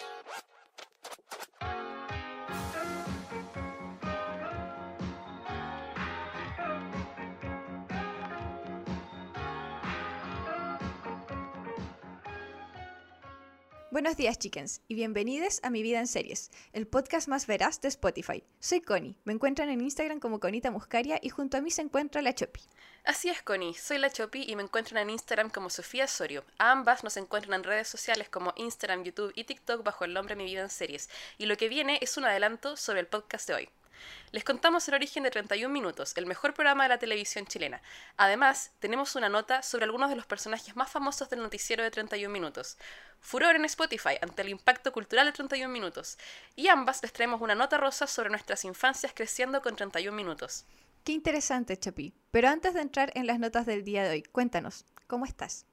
Buenos días, chickens, y bienvenidos a Mi Vida en Series, el podcast más veraz de Spotify. Soy Connie, me encuentran en Instagram como Conita Muscaria y junto a mí se encuentra la Chopi. Así es, Connie, soy la Chopi y me encuentran en Instagram como Sofía Sorio. A ambas nos encuentran en redes sociales como Instagram, YouTube y TikTok bajo el nombre Mi Vida en Series. Y lo que viene es un adelanto sobre el podcast de hoy. Les contamos el origen de 31 Minutos, el mejor programa de la televisión chilena. Además, tenemos una nota sobre algunos de los personajes más famosos del noticiero de 31 Minutos. Furor en Spotify ante el impacto cultural de 31 Minutos. Y ambas les traemos una nota rosa sobre nuestras infancias creciendo con 31 Minutos. Qué interesante, Chopi. Pero antes de entrar en las notas del día de hoy, cuéntanos, ¿cómo estás?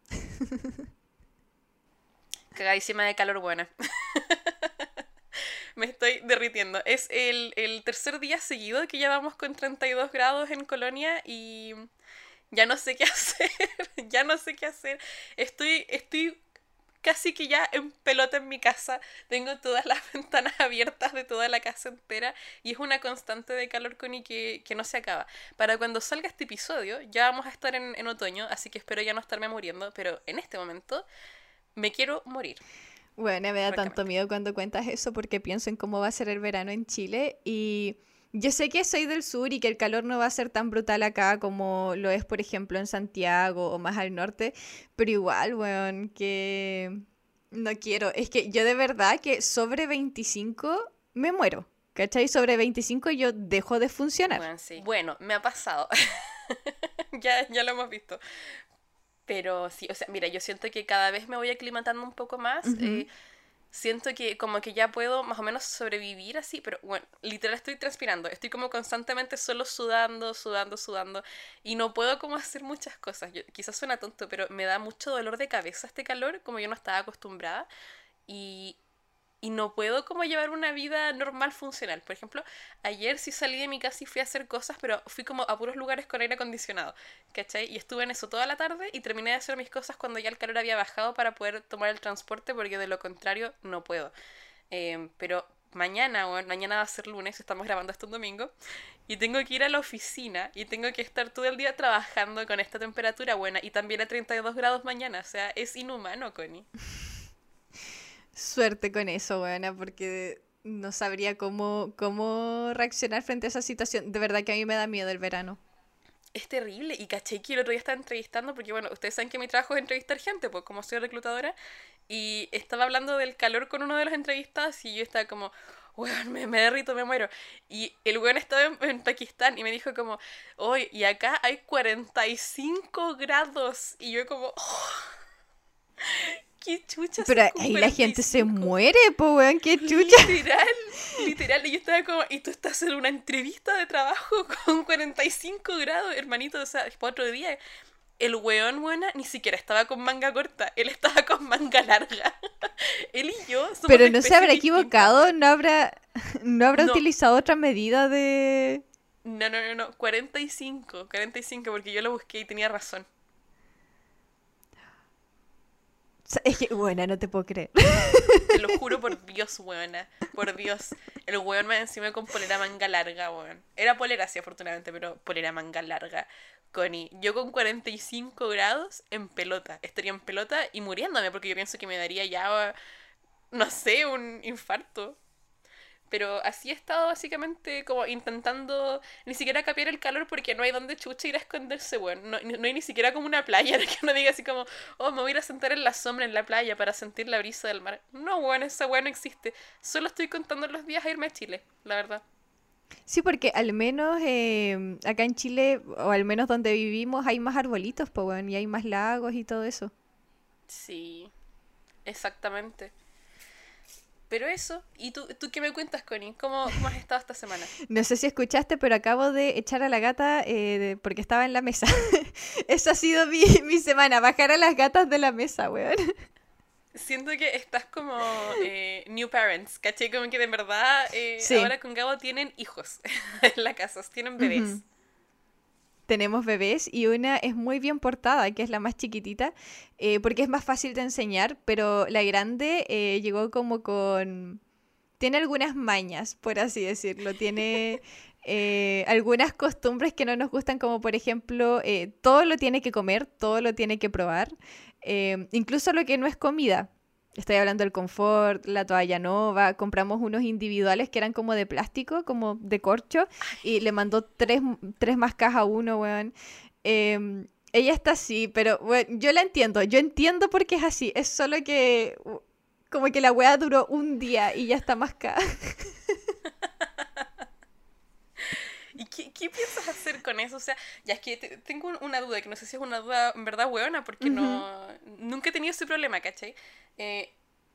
Cagadísima de calor, buena. Me estoy derritiendo. Es el tercer día seguido que ya vamos con 32 grados en Colonia y ya no sé qué hacer. Ya no sé qué hacer. Estoy casi que ya en pelota en mi casa. Tengo todas las ventanas abiertas de toda la casa entera y es una constante de calor, Connie, que no se acaba. Para cuando salga este episodio ya vamos a estar en otoño, así que espero ya no estarme muriendo, pero en este momento me quiero morir. Bueno, me da tanto miedo cuando cuentas eso porque pienso en cómo va a ser el verano en Chile y yo sé que soy del sur y que el calor no va a ser tan brutal acá como lo es, por ejemplo, en Santiago o más al norte, pero igual, bueno, que no quiero. Es que yo de verdad que sobre 25 me muero, ¿cachai? Sobre 25 yo dejo de funcionar. Bueno, sí. Bueno, me ha pasado. Ya lo hemos visto. Pero sí, o sea, mira, yo siento que cada vez me voy aclimatando un poco más. Ujú. Siento que como que ya puedo más o menos sobrevivir así, pero bueno, literal estoy transpirando. Estoy como constantemente solo sudando. Y no puedo como hacer muchas cosas. Quizás suena tonto, pero me da mucho dolor de cabeza este calor, como yo no estaba acostumbrada. Y, y no puedo como llevar una vida normal funcional. Por ejemplo, ayer sí salí de mi casa y fui a hacer cosas, pero fui como a puros lugares con aire acondicionado, ¿cachai? Y estuve en eso toda la tarde y terminé de hacer mis cosas cuando ya el calor había bajado para poder tomar el transporte, porque de lo contrario no puedo. Pero mañana, bueno, mañana va a ser lunes, estamos grabando esto un domingo, y tengo que ir a la oficina y tengo que estar todo el día trabajando con esta temperatura buena y también a 32 grados mañana. O sea, es inhumano, Connie. Suerte con eso, buena, porque no sabría cómo reaccionar frente a esa situación. De verdad que a mí me da miedo el verano. Es terrible. Y caché que el otro día estaba entrevistando, porque bueno, ustedes saben que mi trabajo es entrevistar gente, pues como soy reclutadora, y estaba hablando del calor con uno de los entrevistados y yo estaba como, weón, me derrito, me muero. Y el weón estaba en Pakistán y me dijo como, oye, y acá hay 45 grados. Y yo como, oh, qué chucha Pero son con ahí la gente se 45. muere, po, weón, qué chucha. Literal, y yo estaba como, y tú estás en una entrevista de trabajo con 45 grados, hermanito, o sea, es para otro día. El weón, buena, ni siquiera estaba con manga corta, él estaba con manga larga. Él y yo somos Pero de no se especies habrá distintas. equivocado, no habrá No, utilizado otra medida de... no, 45, porque yo lo busqué y tenía razón. Es que, buena, no te puedo creer. Te lo juro por Dios, weona. Por Dios. El weón me encima con polera manga larga, weón. Era polera, sí, afortunadamente, pero polera manga larga. Connie, yo con 45 grados en pelota. Estaría en pelota y muriéndome porque yo pienso que me daría ya, no sé, un infarto. Pero así he estado básicamente como intentando ni siquiera capear el calor porque no hay donde chucha ir a esconderse, weón. No hay ni siquiera como una playa en la que uno diga así como, oh, me voy a ir a sentar en la sombra en la playa para sentir la brisa del mar. No, weón, esa weón no existe. Solo estoy contando los días a irme a Chile, la verdad. Sí, porque al menos acá en Chile, o al menos donde vivimos, hay más arbolitos, pues, weón, y hay más lagos y todo eso. Sí, exactamente. Pero eso, ¿y tú qué me cuentas, Connie? ¿Cómo has estado esta semana? No sé si escuchaste, pero acabo de echar a la gata porque estaba en la mesa. Eso ha sido mi semana, bajar a las gatas de la mesa, weón. Siento que estás como new parents, ¿cachai? Como que de verdad Sí. ahora con Gabo tienen hijos en la casa, tienen bebés. Ujú. tenemos bebés y una es muy bien portada, que es la más chiquitita, porque es más fácil de enseñar, pero la grande llegó como con... Tiene algunas mañas, por así decirlo. Tiene algunas costumbres que no nos gustan, como por ejemplo, todo lo tiene que comer, todo lo tiene que probar, incluso lo que no es comida. Estoy hablando del confort, la toalla nova. Compramos unos individuales que eran como de plástico, como de corcho, y le mandó tres más cajas a uno, weón. Ella está así, pero bueno, yo la entiendo. Yo entiendo por qué es así. Es solo que como que la weá duró un día y ya está más cara. ¿Y qué piensas hacer con eso? O sea, ya es que tengo una duda, que no sé si es una duda en verdad hueona, porque Ujú. nunca he tenido ese problema, ¿cachai? Eh,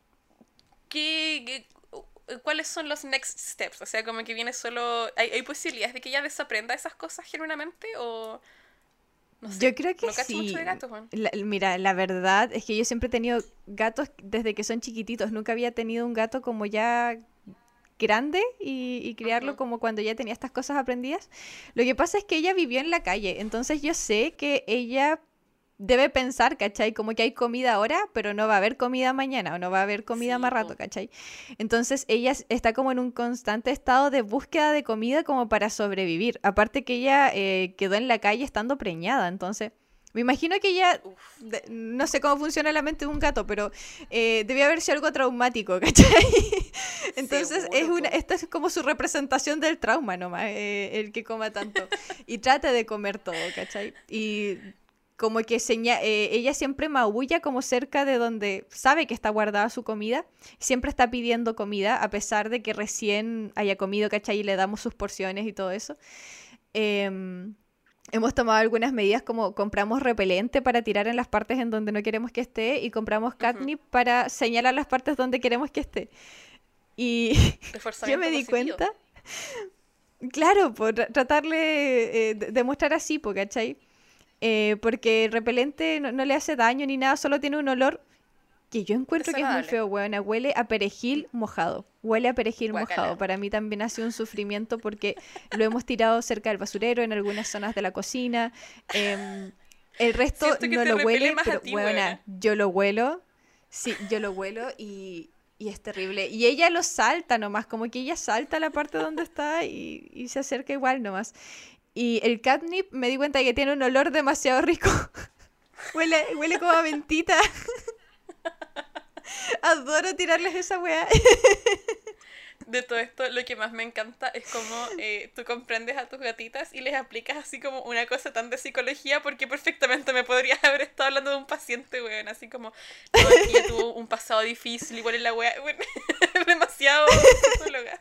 ¿Cuáles son los next steps? O sea, como que viene solo... ¿Hay posibilidades de que ella desaprenda esas cosas genuinamente? O no Yo sé, creo que no cacho mucho sí. de gatos, Juan. Mira, la verdad es que yo siempre he tenido gatos desde que son chiquititos. Nunca había tenido un gato como ya grande y criarlo Ujú. como cuando ya tenía estas cosas aprendidas. Lo que pasa es que ella vivió en la calle, entonces yo sé que ella debe pensar, ¿cachai? Como que hay comida ahora, pero no va a haber comida mañana o no va a haber comida Sí, más rato, po. ¿cachai? Entonces ella está como en un constante estado de búsqueda de comida como para sobrevivir. Aparte que ella quedó en la calle estando preñada, entonces... Me imagino que ella, Uf. no sé cómo funciona la mente de un gato, pero debía haber sido algo traumático, ¿cachai? Entonces, Seguro, po. esta es como su representación del trauma nomás, el que coma tanto. Y trate de comer todo, ¿cachai? Y como que ella siempre maulla como cerca de donde sabe que está guardada su comida. Siempre está pidiendo comida, a pesar de que recién haya comido, ¿cachai? Y le damos sus porciones y todo eso. Em, Hemos tomado algunas medidas como compramos repelente para tirar en las partes en donde no queremos que esté y compramos Ujú. catnip para señalar las partes donde queremos que esté. Y yo me Reforzamiento di positivo. cuenta, claro, por tratarle de mostrar así, ¿cachai? Porque el repelente no le hace daño ni nada, solo tiene un olor que yo encuentro que es muy Desagradable. feo, weona. Huele a perejil mojado. Huele a perejil mojado. Guacala. Para mí también ha sido un sufrimiento porque lo hemos tirado cerca del basurero, en algunas zonas de la cocina. Em, el resto Siento que no te lo repele huele, más a pero ti, weona, weona. yo lo huelo. Sí, yo lo huelo y es terrible. Y ella lo salta nomás, como que ella salta a la parte donde está y se acerca igual nomás. Y el catnip me di cuenta que tiene un olor demasiado rico. Huele como a mentita. Adoro tirarles esa weá. De todo esto, lo que más me encanta es cómo tú comprendes a tus gatitas y les aplicas así como una cosa tan de psicología, porque perfectamente me podrías haber estado hablando de un paciente, weón, así como, no, es que ella tuvo un pasado difícil, igual es la weá, bueno, es demasiado psicóloga.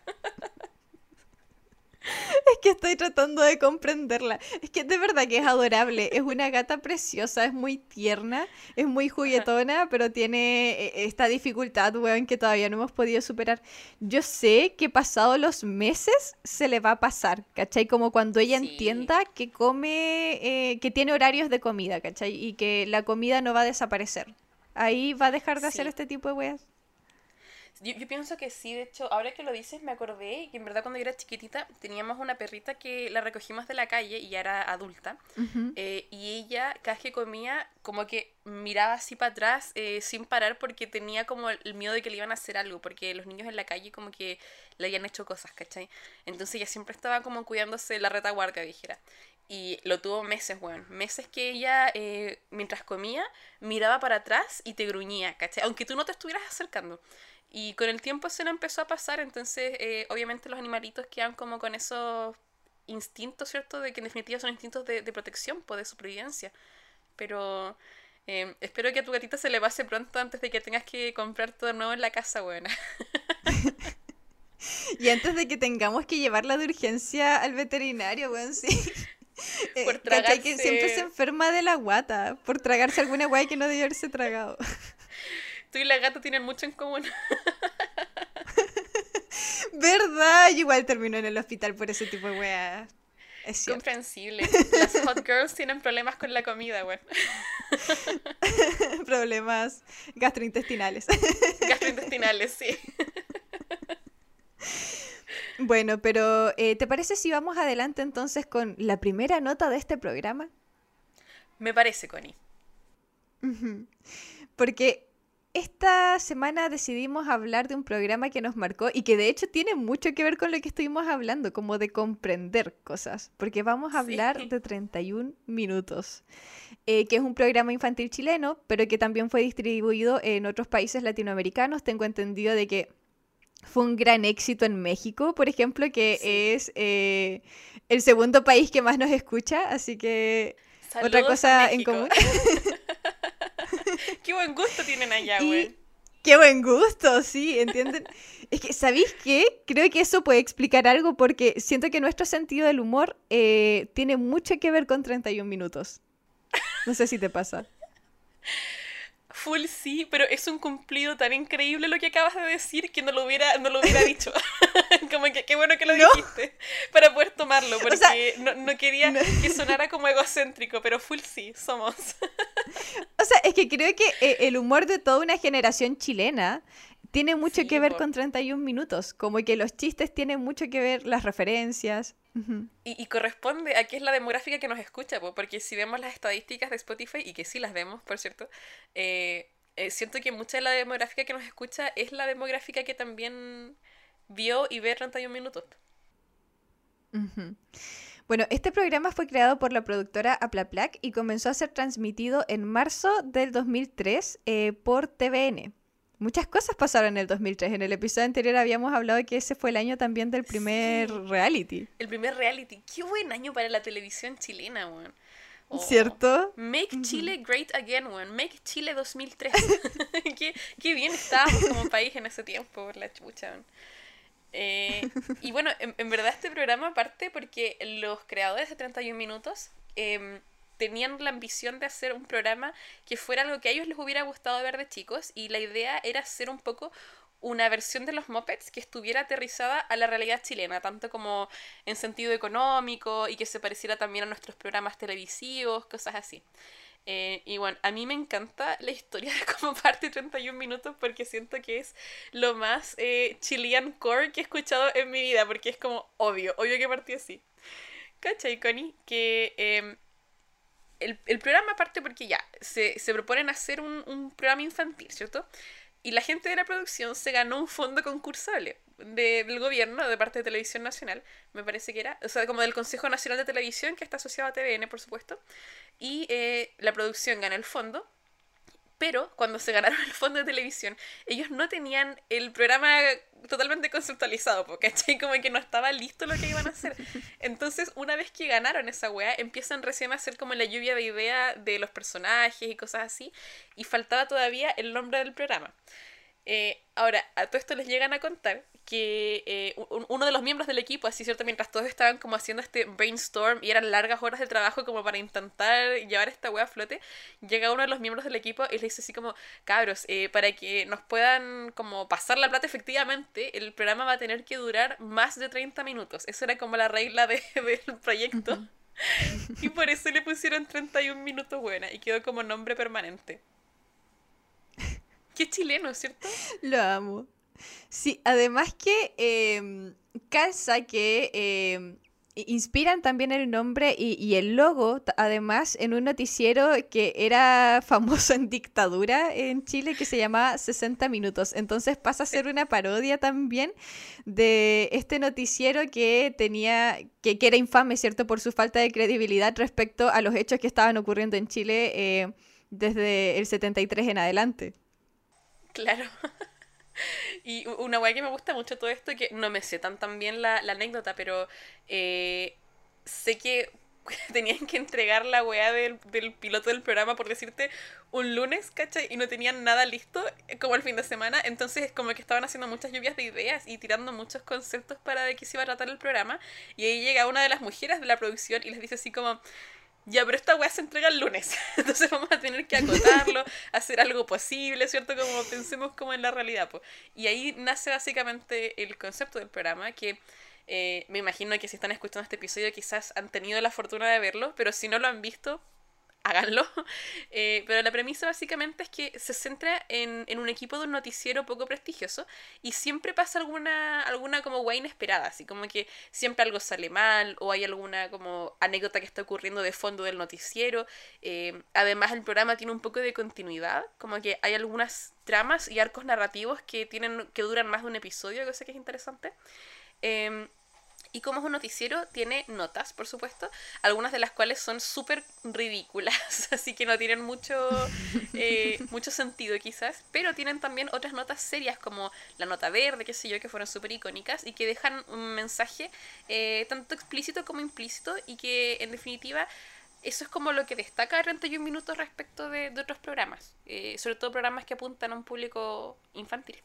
Es que estoy tratando de comprenderla. Es que de verdad que es adorable. Es una gata preciosa, es muy tierna, es muy Ajá. juguetona, pero tiene esta dificultad, weón, que todavía no hemos podido superar. Yo sé que pasados los meses se le va a pasar, ¿cachai? Como cuando ella Sí, entienda que come, que tiene horarios de comida, ¿cachai? Y que la comida no va a desaparecer. Ahí va a dejar de hacer sí. este tipo de weas. Yo pienso que sí, de hecho, ahora que lo dices me acordé que en verdad cuando yo era chiquitita teníamos una perrita que la recogimos de la calle y ya era adulta. Ujú. Y ella, cada vez que comía, como que miraba así para atrás sin parar porque tenía como el miedo de que le iban a hacer algo, porque los niños en la calle como que le habían hecho cosas, ¿cachai? Entonces ella siempre estaba como cuidándose la retaguardia, dijera. Y lo tuvo meses, weón. Meses que ella, mientras comía, miraba para atrás y te gruñía, ¿cachai? Aunque tú no te estuvieras acercando. Y con el tiempo se le empezó a pasar, entonces obviamente los animalitos quedan como con esos instintos, ¿cierto? De que en definitiva son instintos de protección, pues de supervivencia. Pero espero que a tu gatita se le pase pronto antes de que tengas que comprar todo de nuevo en la casa, buena. Y antes de que tengamos que llevarla de urgencia al veterinario, weón, sí. Por ¿Cachai? Que siempre se tragarse... enferma de la guata por tragarse alguna weá que no debió haberse tragado. Tú y la gata tienen mucho en común. ¿Verdad? Yo igual terminó en el hospital por ese tipo de weá. Es cierto. Comprensible. Las hot girls tienen problemas con la comida, bueno. Problemas gastrointestinales. Gastrointestinales, sí. Bueno, pero ¿te parece si vamos adelante entonces con la primera nota de este programa? Me parece, Connie. Ujú. Porque esta semana decidimos hablar de un programa que nos marcó y que de hecho tiene mucho que ver con lo que estuvimos hablando, como de comprender cosas, porque vamos a hablar Sí. de 31 minutos, que es un programa infantil chileno, pero que también fue distribuido en otros países latinoamericanos. Tengo entendido de que fue un gran éxito en México, por ejemplo, que Sí. es el segundo país que más nos escucha, así que otra Saludos a cosa en México. común. Qué buen gusto tienen allá, güey. Y qué buen gusto, sí, ¿entienden? Es que, ¿sabéis qué? Creo que eso puede explicar algo porque siento que nuestro sentido del humor tiene mucho que ver con 31 minutos. No sé si te pasa. Full sí, pero es un cumplido tan increíble lo que acabas de decir que no lo hubiera dicho. Como que qué bueno que lo ¿No? dijiste para poder tomarlo, O sea, porque no quería no- que sonara como egocéntrico, pero full sí, somos. o sea, es que creo que el humor de toda una generación chilena tiene mucho que Sí, ver po. con 31 minutos. Como que los chistes tienen mucho que ver, las referencias. Ujú. Y corresponde a qué es la demográfica que nos escucha, po, porque si vemos las estadísticas de Spotify, y que sí las vemos, por cierto, siento que mucha de la demográfica que nos escucha es la demográfica que también vio y ve 31 minutos. Ujú. Bueno, este programa fue creado por la productora Aplaplac y comenzó a ser transmitido en marzo del 2003 por TVN. Muchas cosas pasaron en el 2003. En el episodio anterior habíamos hablado de que ese fue el año también del primer Sí, reality, el primer reality. Qué buen año para la televisión chilena, weón. Oh. ¿cierto? Make Ujú. Chile great again, weón. Make Chile 2003. Qué bien estábamos como país en ese tiempo, por la chucha, weón. Y bueno, en verdad este programa parte porque los creadores de 31 minutos tenían la ambición de hacer un programa que fuera algo que a ellos les hubiera gustado ver de chicos, y la idea era hacer un poco una versión de los Muppets que estuviera aterrizada a la realidad chilena, tanto como en sentido económico y que se pareciera también a nuestros programas televisivos, cosas así. Y bueno, a mí me encanta la historia de cómo parte 31 minutos porque siento que es lo más Chilean core que he escuchado en mi vida, porque es como obvio que partió así. ¿Cachai, Connie? Que el programa parte porque ya, se proponen hacer un programa infantil, ¿cierto? Y la gente de la producción se ganó un fondo concursable del gobierno, de parte de Televisión Nacional, me parece que era, o sea, como del Consejo Nacional de Televisión, que está asociado a TVN, por supuesto, y la producción gana el fondo, pero cuando se ganaron el fondo de televisión, ellos no tenían el programa totalmente conceptualizado, porque ¿cachai? Como que no estaba listo lo que iban a hacer. Entonces, una vez que ganaron esa weá, empiezan recién a hacer como la lluvia de ideas de los personajes y cosas así, y faltaba todavía el nombre del programa. Ahora, a todo esto les llegan a contar que uno de los miembros del equipo, así cierto, mientras todos estaban como haciendo este brainstorm y eran largas horas de trabajo como para intentar llevar esta wea a flote, llega uno de los miembros del equipo y les dice así como, cabros, para que nos puedan como pasar la plata efectivamente, el programa va a tener que durar más de 30 minutos. Esa era como la regla del proyecto. Ujú. Y por eso le pusieron 31 minutos buena y quedó como nombre permanente. Qué chileno, ¿cierto? Lo amo. Sí, además que calza que inspiran también el nombre y el logo, además, en un noticiero que era famoso en dictadura en Chile que se llamaba 60 Minutos. Entonces pasa a ser una parodia también de este noticiero que tenía, que era infame, ¿cierto?, por su falta de credibilidad respecto a los hechos que estaban ocurriendo en Chile desde el 73 en adelante. Claro. Y una weá que me gusta mucho todo esto, que no me sé tan bien la anécdota, pero sé que tenían que entregar la weá del piloto del programa, por decirte, un lunes, ¿cachai? Y no tenían nada listo, como el fin de semana, entonces como que estaban haciendo muchas lluvias de ideas y tirando muchos conceptos para de qué se iba a tratar el programa, y ahí llega una de las mujeres de la producción y les dice así como, ya, pero esta weá se entrega el lunes. Entonces vamos a tener que acotarlo, hacer algo posible, ¿cierto? Como pensemos como en la realidad, pues. Y ahí nace básicamente el concepto del programa, que me imagino que si están escuchando este episodio quizás han tenido la fortuna de verlo, pero si no lo han visto, háganlo. Pero la premisa básicamente es que se centra en un equipo de un noticiero poco prestigioso y siempre pasa alguna como guay inesperada, así como que siempre algo sale mal o hay alguna como anécdota que está ocurriendo de fondo del noticiero. Además el programa tiene un poco de continuidad, como que hay algunas tramas y arcos narrativos que duran más de un episodio, cosa que es interesante. Eh, y como es un noticiero, tiene notas, por supuesto, algunas de las cuales son súper ridículas, así que no tienen mucho sentido quizás, pero tienen también otras notas serias como la nota verde, qué sé yo, que fueron súper icónicas y que dejan un mensaje tanto explícito como implícito y que en definitiva eso es como lo que destaca 31 minutos respecto de otros programas, sobre todo programas que apuntan a un público infantil.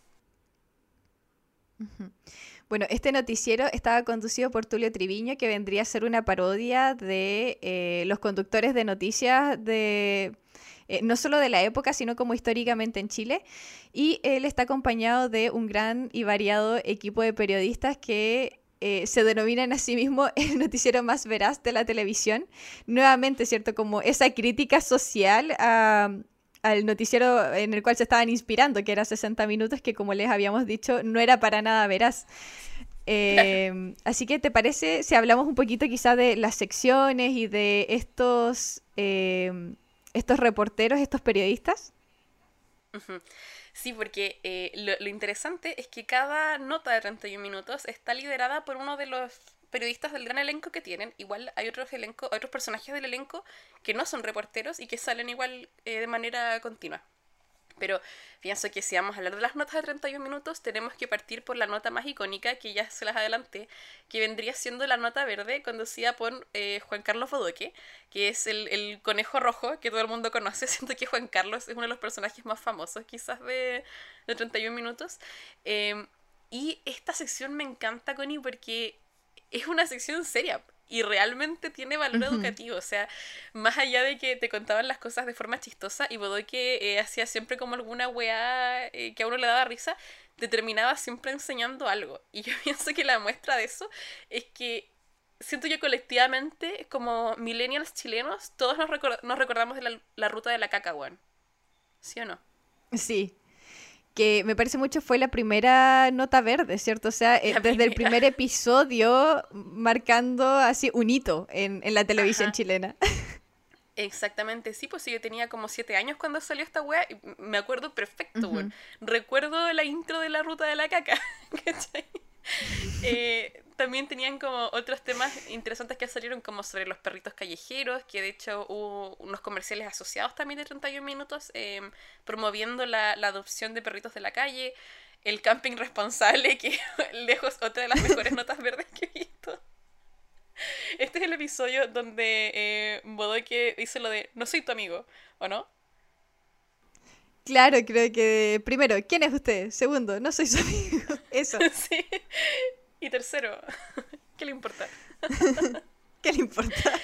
Bueno, este noticiero estaba conducido por Tulio Triviño, que vendría a ser una parodia de los conductores de noticias de no solo de la época, sino como históricamente en Chile. Y él está acompañado de un gran y variado equipo de periodistas que se denominan a sí mismo el noticiero más veraz de la televisión. Nuevamente, ¿cierto? Como esa crítica social al noticiero en el cual se estaban inspirando, que era 60 minutos, que como les habíamos dicho, no era para nada veraz. Así que, ¿te parece si hablamos un poquito quizá de las secciones y de estos reporteros, estos periodistas? Uh-huh. Sí, porque lo interesante es que cada nota de 31 minutos está liderada por uno de los periodistas del gran elenco que tienen. Igual hay otros personajes del elenco que no son reporteros y que salen igual de manera continua. Pero pienso que si vamos a hablar de las notas de 31 minutos, tenemos que partir por la nota más icónica, que ya se las adelanté, que vendría siendo la nota verde, conducida por Juan Carlos Bodoque, que es el conejo rojo que todo el mundo conoce. Siento que Juan Carlos es uno de los personajes más famosos quizás de 31 minutos. Y esta sección me encanta, Connie, porque es una sección seria y realmente tiene valor educativo. O sea, más allá de que te contaban las cosas de forma chistosa y Bodoque hacía siempre como alguna weá que a uno le daba risa, te terminaba siempre enseñando algo. Y yo pienso que la muestra de eso es que siento que colectivamente, como millennials chilenos, todos nos recordamos de la ruta de la caca, weón. ¿Sí o no? Sí, que me parece mucho fue la primera nota verde, ¿cierto? O sea, desde el primer episodio marcando así un hito en la televisión chilena. Exactamente, sí, pues sí, yo tenía como 7 años cuando salió esta wea y me acuerdo perfecto, weón. Recuerdo la intro de la ruta de la caca, ¿cachai? También tenían como otros temas interesantes que salieron como sobre los perritos callejeros, que de hecho hubo unos comerciales asociados también de 31 minutos promoviendo la adopción de perritos de la calle, el camping responsable, que lejos otra de las mejores notas verdes que he visto. Este es el episodio donde Bodoque dice lo de no soy tu amigo, ¿o no? Claro, creo que primero, ¿quién es usted? Segundo, no soy su amigo. Eso. Sí. Y tercero, ¿qué le importa? ¿Qué le importa?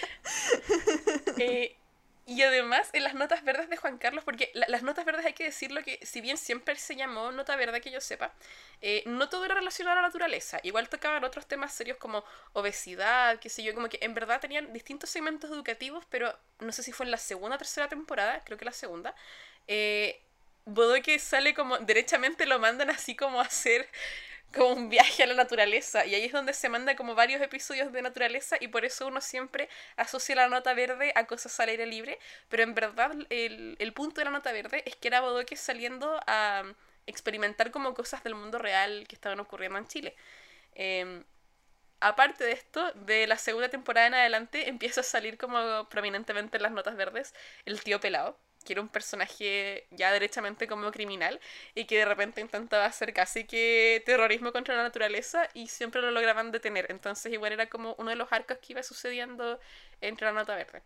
Y además en las notas verdes de Juan Carlos, porque las notas verdes hay que decirlo que si bien siempre se llamó nota verde que yo sepa, no todo era relacionado a la naturaleza. Igual tocaban otros temas serios como obesidad, qué sé yo, como que en verdad tenían distintos segmentos educativos, pero no sé si fue en la segunda o tercera temporada, creo que la segunda. Bodoque sale como, derechamente lo mandan así como a hacer como un viaje a la naturaleza y ahí es donde se manda como varios episodios de naturaleza y por eso uno siempre asocia la nota verde a cosas al aire libre, pero en verdad el punto de la nota verde es que era Bodoque saliendo a experimentar como cosas del mundo real que estaban ocurriendo en Chile. Aparte de esto, de la segunda temporada en adelante empieza a salir como prominentemente en las notas verdes el tío pelado, que era un personaje ya derechamente como criminal y que de repente intentaba hacer casi que terrorismo contra la naturaleza y siempre lo lograban detener. Entonces igual era como uno de los arcos que iba sucediendo entre la nota verde.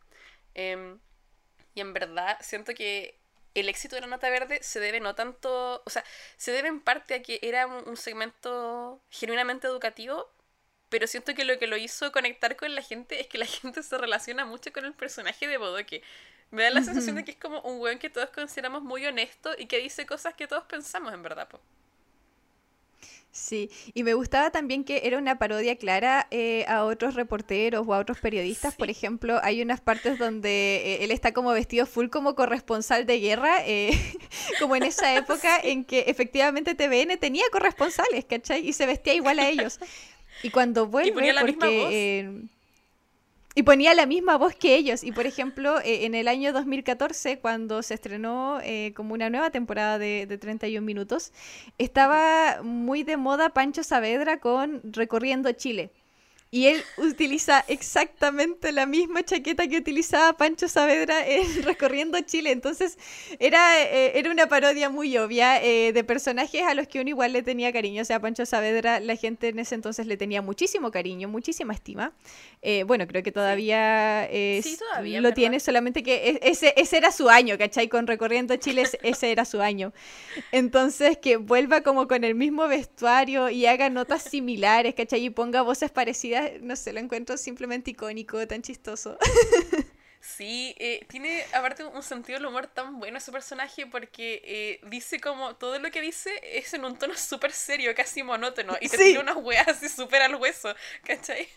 Y en verdad siento que el éxito de la nota verde se debe no tanto, o sea, se debe en parte a que era un segmento genuinamente educativo, pero siento que lo hizo conectar con la gente es que la gente se relaciona mucho con el personaje de Bodoque. Me da la sensación de que es como un weón que todos consideramos muy honesto y que dice cosas que todos pensamos en verdad, po. Sí, y me gustaba también que era una parodia clara a otros reporteros o a otros periodistas. Por Sí, ejemplo, hay unas partes donde él está como vestido full como corresponsal de guerra, como en esa época sí. en que efectivamente TVN tenía corresponsales, ¿cachai? Y se vestía igual a ellos. Y cuando Y ponía vuelve, la misma voz. porque y ponía la misma voz que ellos. Y por ejemplo, en el año 2014, cuando se estrenó como una nueva temporada de 31 minutos, Ujú. estaba muy de moda Pancho Saavedra con Recorriendo Chile. Y él utiliza exactamente la misma chaqueta que utilizaba Pancho Saavedra en Recorriendo Chile. Entonces era una parodia muy obvia de personajes a los que uno igual le tenía cariño. O sea, Pancho Saavedra la gente en ese entonces le tenía muchísimo cariño, muchísima estima. Bueno, creo que Sí. todavía Sí, todavía, en lo verdad. tiene, solamente que ese era su año, ¿cachai? Con Recorriendo Chile ese era su año. Entonces, que vuelva como con el mismo vestuario y haga notas similares, ¿cachai? Y ponga voces parecidas, no sé, lo encuentro simplemente icónico, tan chistoso. Sí, tiene aparte un sentido del humor tan bueno ese personaje porque dice como todo lo que dice es en un tono súper serio, casi monótono, y te tira Sí, unas weas así súper al hueso, ¿cachai?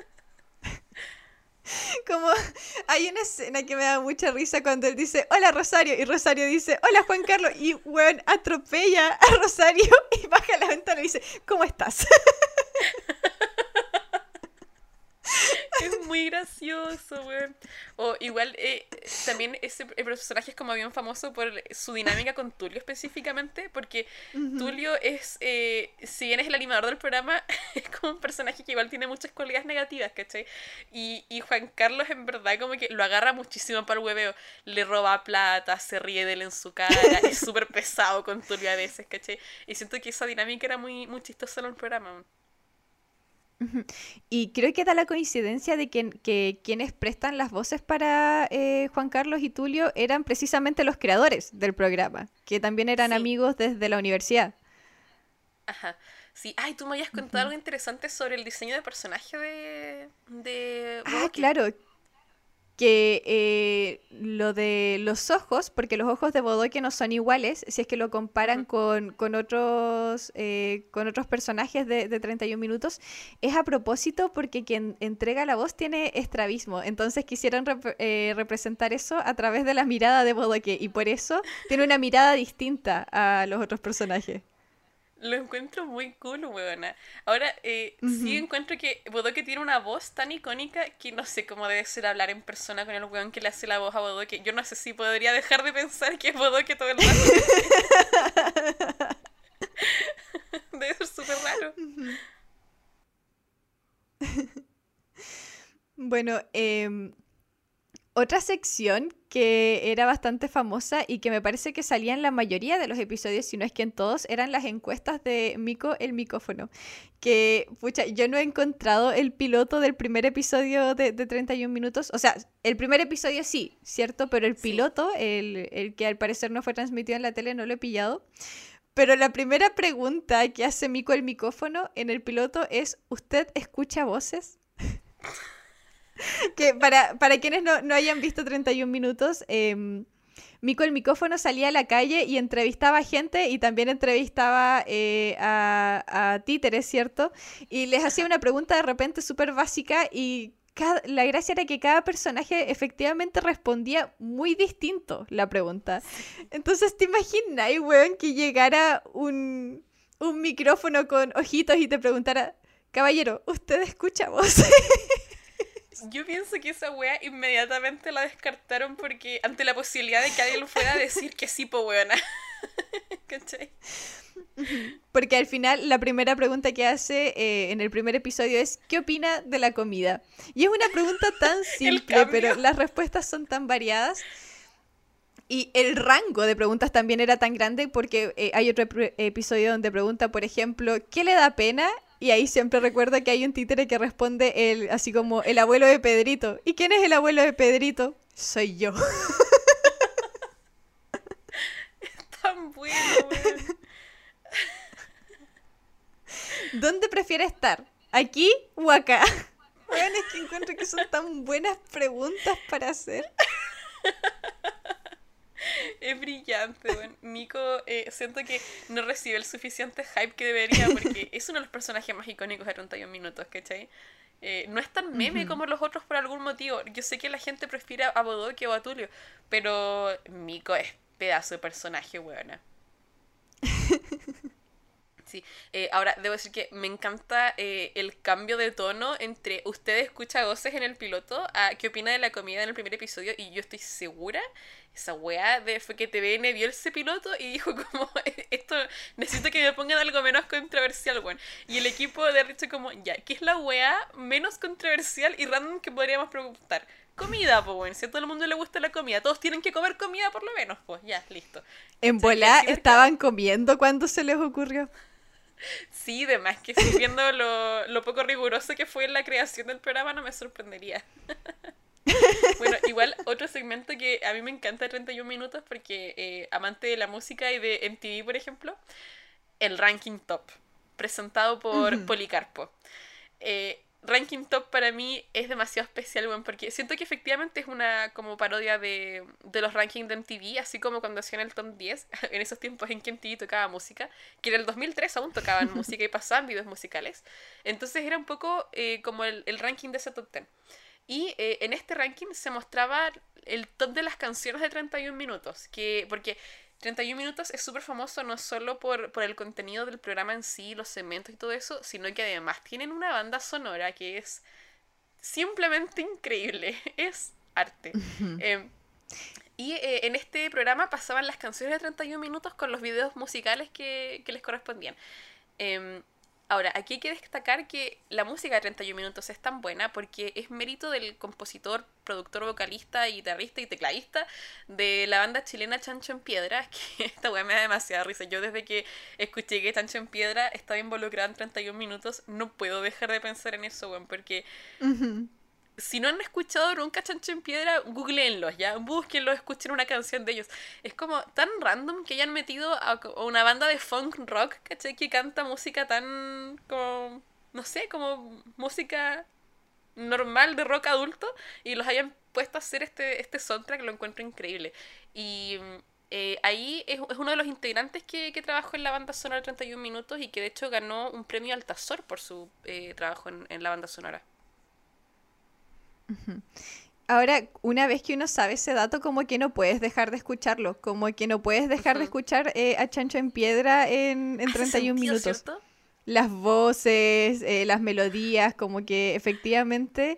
como hay una escena que me da mucha risa cuando él dice, hola Rosario, y Rosario dice, hola Juan Carlos, y weón atropella a Rosario y baja la ventana y dice, ¿cómo estás? Es muy gracioso, weón. O igual, también ese personaje es como bien famoso por su dinámica con Tulio específicamente, porque Ujú. Tulio es, si bien es el animador del programa, es como un personaje que igual tiene muchas cualidades negativas, ¿cachai? Y Juan Carlos en verdad como que lo agarra muchísimo para el hueveo, le roba plata, se ríe de él en su cara, es súper pesado con Tulio a veces, ¿cachai? Y siento que esa dinámica era muy, muy chistosa en el programa. Ujú. Y creo que da la coincidencia de que quienes prestan las voces para Juan Carlos y Tulio eran precisamente los creadores del programa, que también eran Sí. amigos desde la universidad. Ajá. Sí, ay, tú me habías contado Ujú. algo interesante sobre el diseño de personaje de Ah, Bodoque. claro, que lo de los ojos, porque los ojos de Bodoque no son iguales, si es que lo comparan Ujú. con otros personajes de 31 minutos, es a propósito porque quien entrega la voz tiene estrabismo, entonces quisieron representar eso a través de la mirada de Bodoque y por eso tiene una mirada distinta a los otros personajes. Lo encuentro muy cool, weona. Ahora, sí Ujú. encuentro que Bodoque tiene una voz tan icónica que no sé cómo debe ser hablar en persona con el weón que le hace la voz a Bodoque. Yo no sé si podría dejar de pensar que es Bodoque todo el rato, ¿cachai? Debe ser súper raro. Bueno, otra sección que era bastante famosa y que me parece que salía en la mayoría de los episodios, si no es que en todos, eran las encuestas de Mico el micófono. Que, pucha, yo no he encontrado el piloto del primer episodio de 31 minutos. O sea, el primer episodio sí, ¿cierto? Pero el Sí. piloto, el que al parecer no fue transmitido en la tele, no lo he pillado. Pero la primera pregunta que hace Mico el micófono en el piloto es, ¿usted escucha voces? Que para quienes no hayan visto 31 minutos, Mico el micófono salía a la calle y entrevistaba gente y también entrevistaba a títeres, ¿cierto? Y les hacía Ajá. una pregunta de repente súper básica y la gracia era que cada personaje efectivamente respondía muy distinto la pregunta. Sí. Entonces, ¿te imaginas, weón, que llegara un micrófono con ojitos y te preguntara, caballero, ¿usted escucha voz? Yo pienso que esa wea inmediatamente la descartaron porque ante la posibilidad de que alguien lo fuera a decir que sí, po weona. ¿Cachai? Ujú. Porque al final la primera pregunta que hace en el primer episodio es ¿qué opina de la comida? Y es una pregunta tan El simple, cambio. pero las respuestas son tan variadas y el rango de preguntas también era tan grande porque hay otro episodio donde pregunta, por ejemplo, ¿qué le da pena? Y ahí siempre recuerdo que hay un títere que responde así como el abuelo de Pedrito. ¿Y quién es el abuelo de Pedrito? Soy yo. Tan bueno, weón. ¿Dónde prefiere estar? ¿Aquí o acá? Bueno, es que encuentro que son tan buenas preguntas para hacer. Es brillante, bueno. Nico, siento que no recibe el suficiente hype que debería porque es uno de los personajes más icónicos de 31 minutos, ¿cachai? No es tan meme Ujú. como los otros por algún motivo. Yo sé que la gente prefiere a Bodoque o a Tulio, pero Nico es pedazo de personaje, weona. Sí, ahora debo decir que me encanta el cambio de tono entre usted escucha voces en el piloto a qué opina de la comida en el primer episodio y yo estoy segura, esa weá de fue que TVN vio ese piloto y dijo como, esto necesito que me pongan algo menos controversial, weón. Y el equipo de haber dicho como, ya, ¿qué es la weá menos controversial y random que podríamos preguntar? Comida, pues, weón, si a todo el mundo le gusta la comida, todos tienen que comer comida por lo menos, pues, ya, listo. En ¿Cachai? Y volá así marcado. estaban comiendo cuando se les ocurrió. Sí, de más que sí, viendo lo poco riguroso que fue la creación del programa, no me sorprendería. Bueno, igual otro segmento que a mí me encanta de 31 minutos porque amante de la música y de MTV, por ejemplo, el Ranking Top, presentado por Ujú. Policarpo. Ranking Top para mí es demasiado especial, bueno, porque siento que efectivamente es una como parodia de los rankings de MTV, así como cuando hacían el top 10, en esos tiempos en que MTV tocaba música, que en el 2003 aún tocaban música y pasaban videos musicales. Entonces era un poco como el ranking de ese top 10. Y en este ranking se mostraba el top de las canciones de 31 minutos, porque 31 minutos es súper famoso no solo por el contenido del programa en sí, los segmentos y todo eso, sino que además tienen una banda sonora que es simplemente increíble, es arte. Ujú. Eh, en este programa pasaban las canciones de 31 minutos con los videos musicales que les correspondían. Eh, Ahora, aquí hay que destacar que la música de 31 minutos es tan buena porque es mérito del compositor, productor, vocalista, guitarrista y tecladista de la banda chilena Chancho en Piedra, que esta weá me da demasiada risa. Yo desde que escuché que Chancho en Piedra estaba involucrado en 31 minutos, no puedo dejar de pensar en eso, weón, porque Ujú. si no han escuchado nunca Chancho en Piedra, googleenlos, ya, búsquenlo, escuchen una canción de ellos. Es como tan random que hayan metido a una banda de funk rock, ¿cachai? Que canta música tan como, no sé, como música normal de rock adulto y los hayan puesto a hacer este soundtrack, lo encuentro increíble. Y ahí es uno de los integrantes que trabajó en la banda sonora de 31 minutos y que de hecho ganó un premio Altazor por su trabajo en la banda sonora. Ujú. Ahora, una vez que uno sabe ese dato, como que no puedes dejar de escucharlo, como que no puedes dejar de Ujú. escuchar a Chancho en Piedra en Hace 31 sentido, minutos. ¿cierto? Las voces, las melodías, como que efectivamente,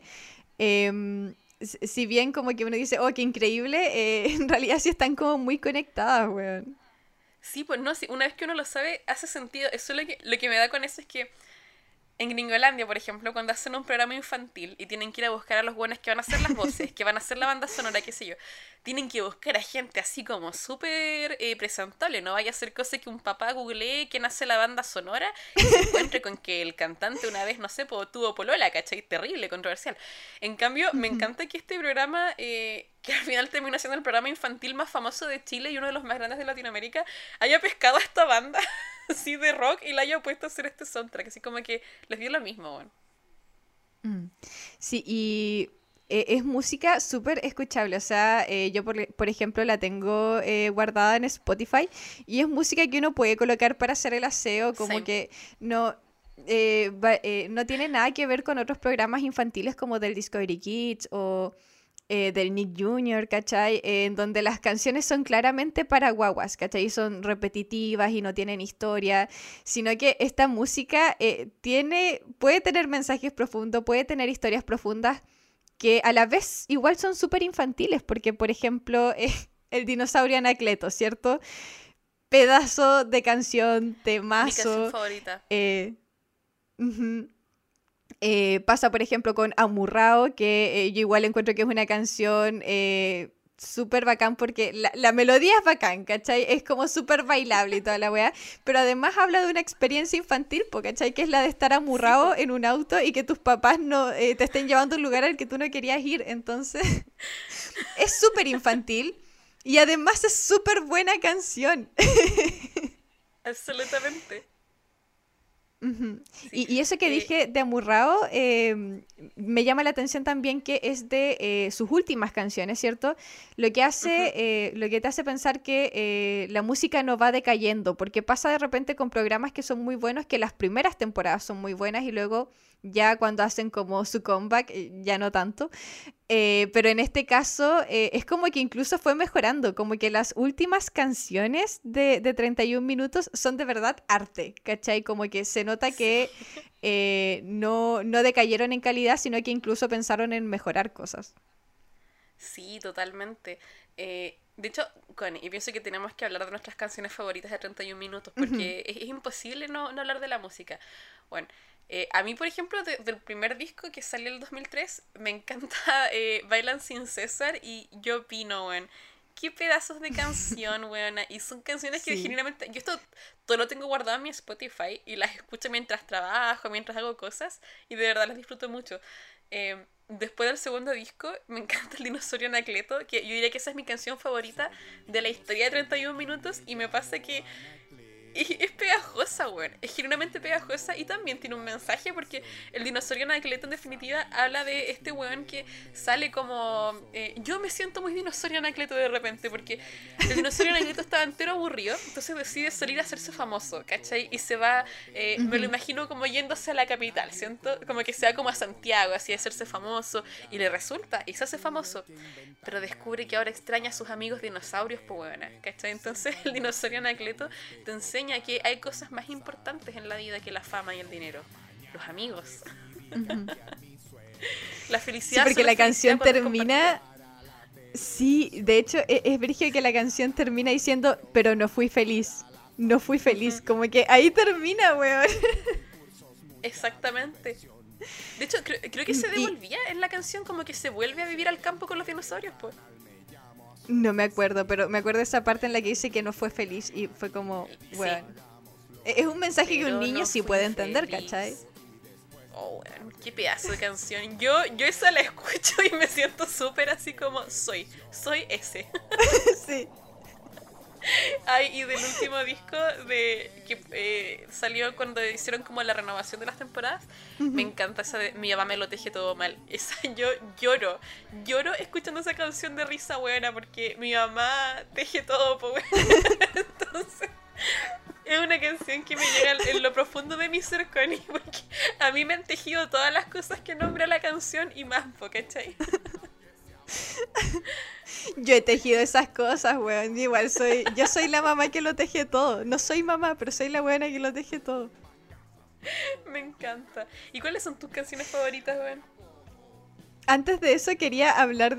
si bien como que uno dice, oh, qué increíble, en realidad sí están como muy conectadas, weón. Sí, pues no, sí, una vez que uno lo sabe, hace sentido. Eso lo que me da con eso es que en Gringolandia, por ejemplo, cuando hacen un programa infantil y tienen que ir a buscar a los buenos que van a hacer las voces, que van a hacer la banda sonora, qué sé yo, tienen que buscar a gente así como súper presentable. No vaya a ser cosa que un papá googlee quién hace la banda sonora y se encuentre con que el cantante una vez, no sé, tuvo polola, ¿cachai? Terrible, controversial. En cambio, me Ujú. encanta que este programa, que al final terminó siendo el programa infantil más famoso de Chile y uno de los más grandes de Latinoamérica, haya pescado a esta banda así de rock y la haya puesto a hacer este soundtrack. Así como que les dio lo mismo, bueno. Mm. Sí, y es música súper escuchable. O sea, yo por ejemplo la tengo guardada en Spotify y es música que uno puede colocar para hacer el aseo, como Same. que no, no tiene nada que ver con otros programas infantiles como del Discovery Kids o del Nick Jr., ¿cachai? En donde las canciones son claramente para guaguas, ¿cachai? Son repetitivas y no tienen historia, sino que esta música puede tener mensajes profundos, puede tener historias profundas que a la vez igual son súper infantiles, porque por ejemplo, el dinosaurio Anacleto, ¿cierto? Pedazo de canción, Mi canción temazo. favorita. eh, ujú. Pasa, por ejemplo, con Amurrao, que yo igual encuentro que es una canción súper bacán porque la melodía es bacán, ¿cachai? Es como súper bailable y toda la weá, pero además habla de una experiencia infantil, po, ¿cachai? Que es la de estar Sí, po. amurrado en un auto y que tus papás no te estén llevando a un lugar al que tú no querías ir. Entonces, es súper infantil y además es súper buena canción. Absolutamente. Ujú. Sí. Y eso que dije de Amurrao, me llama la atención también que es de sus últimas canciones, ¿cierto? Lo que Ujú. hace, lo que te hace pensar que la música no va decayendo, porque pasa de repente con programas que son muy buenos, que las primeras temporadas son muy buenas y luego ya cuando hacen como su comeback, ya no tanto. Pero en este caso es como que incluso fue mejorando, como que las últimas canciones de 31 minutos son de verdad arte, ¿cachai? Como que se nota Sí. que no decayeron en calidad, sino que incluso pensaron en mejorar cosas. Sí, totalmente. De hecho, Connie, y pienso que tenemos que hablar de nuestras canciones favoritas de 31 minutos, Ujú, porque es imposible no hablar de la música. Bueno, a mí, por ejemplo, del primer disco que salió en el 2003, me encanta Bailan sin César y Yo Opino, weón. Qué pedazos de canción, weón. Y son canciones que sí. genuinamente... Yo esto todo lo tengo guardado en mi Spotify y las escucho mientras trabajo, mientras hago cosas, y de verdad las disfruto mucho. Después del segundo disco, me encanta el Dinosaurio Anacleto, que yo diría que esa es mi canción favorita de la historia de 31 minutos, y me pasa que es pegajosa, weón. Es genuinamente pegajosa y también tiene un mensaje porque el dinosaurio Anacleto en definitiva habla de este weón que sale como... yo me siento muy dinosaurio Anacleto de repente porque el dinosaurio Anacleto estaba entero aburrido, entonces decide salir a hacerse famoso, ¿cachai? Y se va, me lo Ujú, imagino como yéndose a la capital, ¿siento? Como que se va como a Santiago, así de hacerse famoso, y le resulta, y se hace famoso, pero descubre que ahora extraña a sus amigos dinosaurios, pues weona, ¿cachai? Entonces el dinosaurio Anacleto te enseña que hay cosas más importantes en la vida que la fama y el dinero. Los amigos. ujú. La Sí, felicidad porque solo es la felicidad canción cuando es compartida. termina. Sí, de hecho es brígido que la canción termina diciendo, pero no fui feliz. No fui feliz. Ujú. Como que ahí termina, weón. Exactamente. De hecho, creo que se Y devolvía en la canción como que se vuelve a vivir al campo con los dinosaurios, pues. no me acuerdo, pero me acuerdo de esa parte en la que dice que no fue feliz y fue como, Sí. weón. Es un mensaje que un Pero niño no sí fui puede entender, ¿cachai? feliz. Oh, weón, qué pedazo de canción. Yo esa la escucho y me siento súper así como soy ese. Sí. Ay, y del último disco de que salió cuando hicieron como la renovación de las temporadas, me Ujú. encanta esa de Mi mamá me lo teje todo mal. Esa yo lloro escuchando esa canción de risa buena porque mi mamá teje todo, pues entonces es una canción que me llega en lo profundo de mi ser, Connie, porque a mí me han tejido todas las cosas que nombra la canción y más, po, ¿cachai? Yo he tejido esas cosas, weón. Igual yo soy la mamá que lo teje todo. No soy mamá, pero soy la buena que lo teje todo. Me encanta. ¿Y cuáles son tus canciones favoritas, weón? Antes de eso quería hablar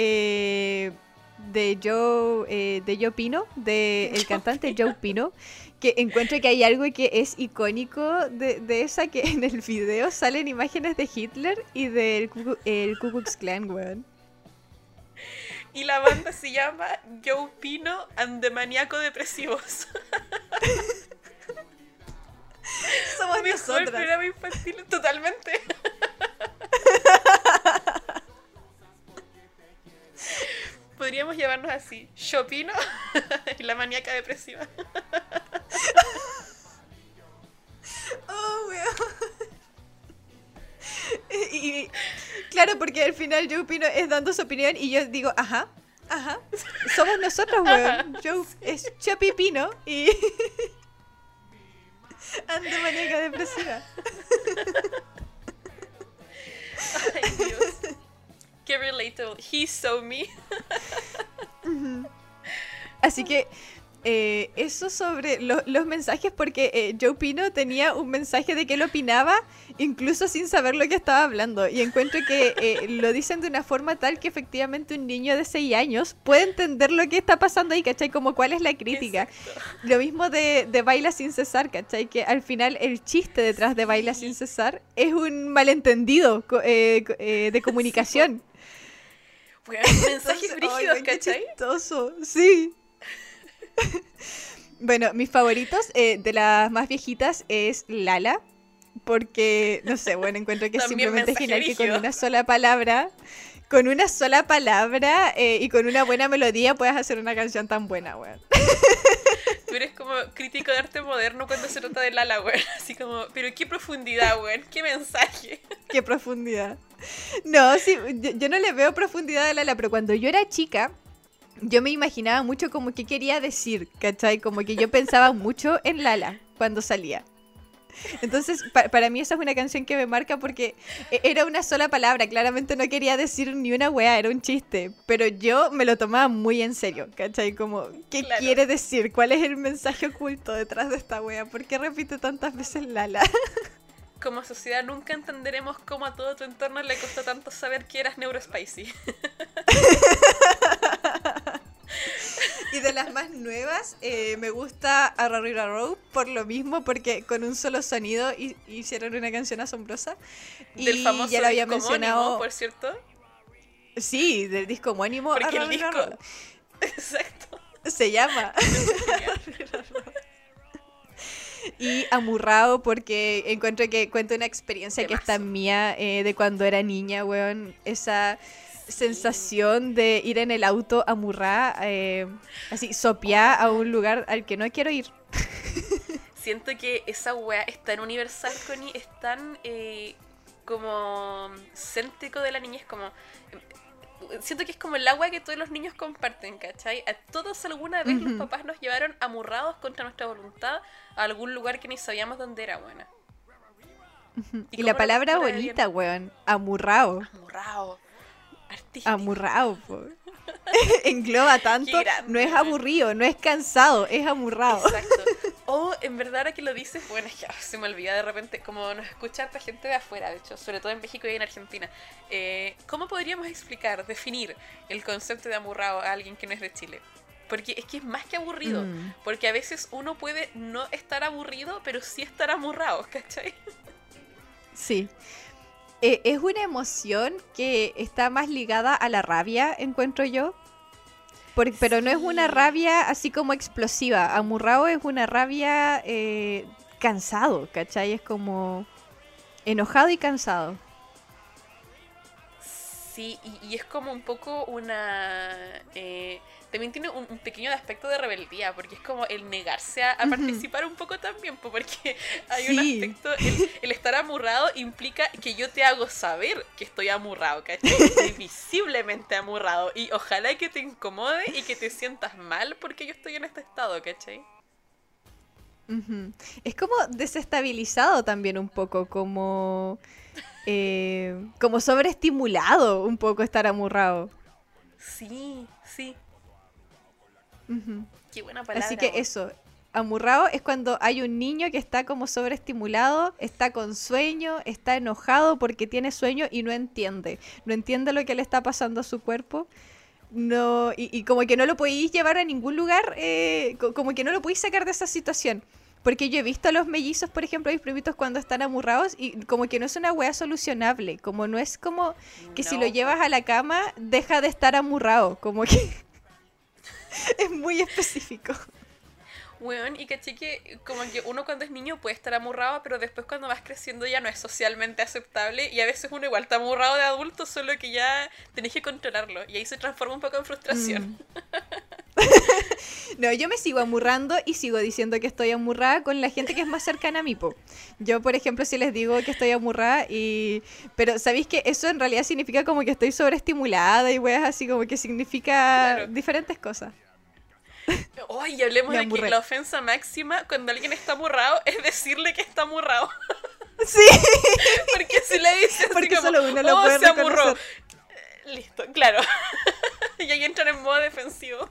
de Joe Pino, de el Yo cantante opino. Joe Pino, que encuentro que hay algo que es icónico de esa, que en el video salen imágenes de Hitler y del el Ku Klux Klan, weón. Y la banda se llama Joe Pino and the Maníaco Depresivos. Somos Mejor nosotras. programa infantil, totalmente. Podríamos llamarnos así: Shopino y la maníaca depresiva. Oh, weón. Y claro, porque al final Joe Pino es dando su opinión y yo digo, ajá, ajá. Somos nosotros, weón. Joe es Chopi Pino y anda maníaca depresiva. Ay, Dios. Qué relatable. He's so me. Así que eso sobre los mensajes, porque Joe Pino tenía un mensaje de que él opinaba incluso sin saber lo que estaba hablando. Y encuentro que lo dicen de una forma tal que efectivamente un niño de 6 años puede entender lo que está pasando ahí, ¿cachai? Como cuál es la crítica. Exacto. Lo mismo de Baila sin cesar, ¿cachai? Que al final el chiste detrás de Baila sin Sí. cesar es un malentendido de comunicación. Bueno, mensajes Entonces, ay, brígidos, weón, qué ¿cachai? chistoso. Sí. Bueno, mis favoritos de las más viejitas es Lala, porque, no sé, bueno, encuentro que es También simplemente mensaje genial que brígido. con una sola palabra y con una buena melodía puedas hacer una canción tan buena, weón. Tú eres como crítico de arte moderno cuando se trata de Lala, weón. Así como, pero qué profundidad, weón, qué mensaje. Qué profundidad. No, sí, yo no le veo profundidad a Lala, pero cuando yo era chica, yo me imaginaba mucho como que quería decir, ¿cachai? Como que yo pensaba mucho en Lala cuando salía. Entonces, para mí esa es una canción que me marca porque era una sola palabra, claramente no quería decir ni una wea, era un chiste, pero yo me lo tomaba muy en serio, ¿cachai? Como, ¿qué Claro. quiere decir? ¿Cuál es el mensaje oculto detrás de esta wea? ¿Por qué repite tantas veces Lala? Como sociedad nunca entenderemos cómo a todo tu entorno le costó tanto saber que eras neurospicy. Y de las más nuevas, me gusta Arrow por lo mismo, porque con un solo sonido hicieron una canción asombrosa. Del Y famoso ya lo había disco mencionado. homónimo, por cierto. Sí, del disco homónimo. Porque el Arrow. disco... Exacto. Se llama. Genial. Y Amurrao porque encuentro que cuenta una experiencia que es Temazo. tan mía de cuando era niña, weón. Esa sensación de ir en el auto amurrá, así, sopiá a un lugar al que no quiero ir. Siento que esa weá es tan universal, Connie, es tan como céntrico de la niñez, como... Siento que es como el agua que todos los niños comparten, ¿cachai? A todos alguna vez los papás nos llevaron amurrados contra nuestra voluntad a algún lugar que ni sabíamos dónde era buena. Y la palabra bonita, weón, amurrao. Amurrado. Artístico. Amurrao, po. Engloba tanto, Qué grande, no es weón. aburrido, no es cansado, es amurrado. Exacto. O en verdad ahora que lo dices, bueno, es que se me olvida de repente, como nos escucha harta gente de afuera, de hecho, sobre todo en México y en Argentina. ¿Cómo podríamos explicar, definir el concepto de amurrado a alguien que no es de Chile? Porque es que es más que aburrido, porque a veces uno puede no estar aburrido, pero sí estar amurrado, ¿cachai? Sí. Es una emoción que está más ligada a la rabia, encuentro yo. Pero no es una rabia así como explosiva. Amurrao es una rabia cansado, ¿cachai? Es como enojado y cansado. Sí, y es como un poco una... también tiene un pequeño aspecto de rebeldía, porque es como el negarse a participar un poco también, porque hay un Sí. aspecto, el estar amurrado implica que yo te hago saber que estoy amurrado, ¿cachai? Estoy visiblemente amurrado, y ojalá que te incomode y que te sientas mal porque yo estoy en este estado, ¿cachai? Ujú. Es como desestabilizado también un poco, como sobreestimulado un poco estar amurrado. Sí, sí, Ujú. qué buena palabra. Así que weón. eso, amurrado es cuando hay un niño que está como sobreestimulado, está con sueño, está enojado porque tiene sueño y no entiende lo que le está pasando a su cuerpo. No, y como que no lo podéis llevar a ningún lugar, como que no lo podéis sacar de esa situación. Porque yo he visto a los mellizos, por ejemplo, a mis primitos cuando están amurrados y como que no es una wea solucionable, como no es como que si No, lo llevas a la cama deja de estar amurrado, como que es muy específico. Weón, y caché que como que uno cuando es niño puede estar amurrado, pero después cuando vas creciendo ya no es socialmente aceptable y a veces uno igual está amurrado de adulto, solo que ya tenés que controlarlo y ahí se transforma un poco en frustración. No, yo me sigo amurrando y sigo diciendo que estoy amurrada con la gente que es más cercana a mí, po. Yo, por ejemplo, si les digo que estoy amurrada pero ¿sabéis que eso en realidad significa como que estoy sobreestimulada y weas así como que significa Claro. diferentes cosas? Ay, y hablemos Me de que amurré. la ofensa máxima cuando alguien está amurrado es decirle que está amurrado. Sí, Porque si le dices así porque como, solo uno lo "Oh, puede se amurró", reconocer. listo, claro. Y ahí entran en modo defensivo.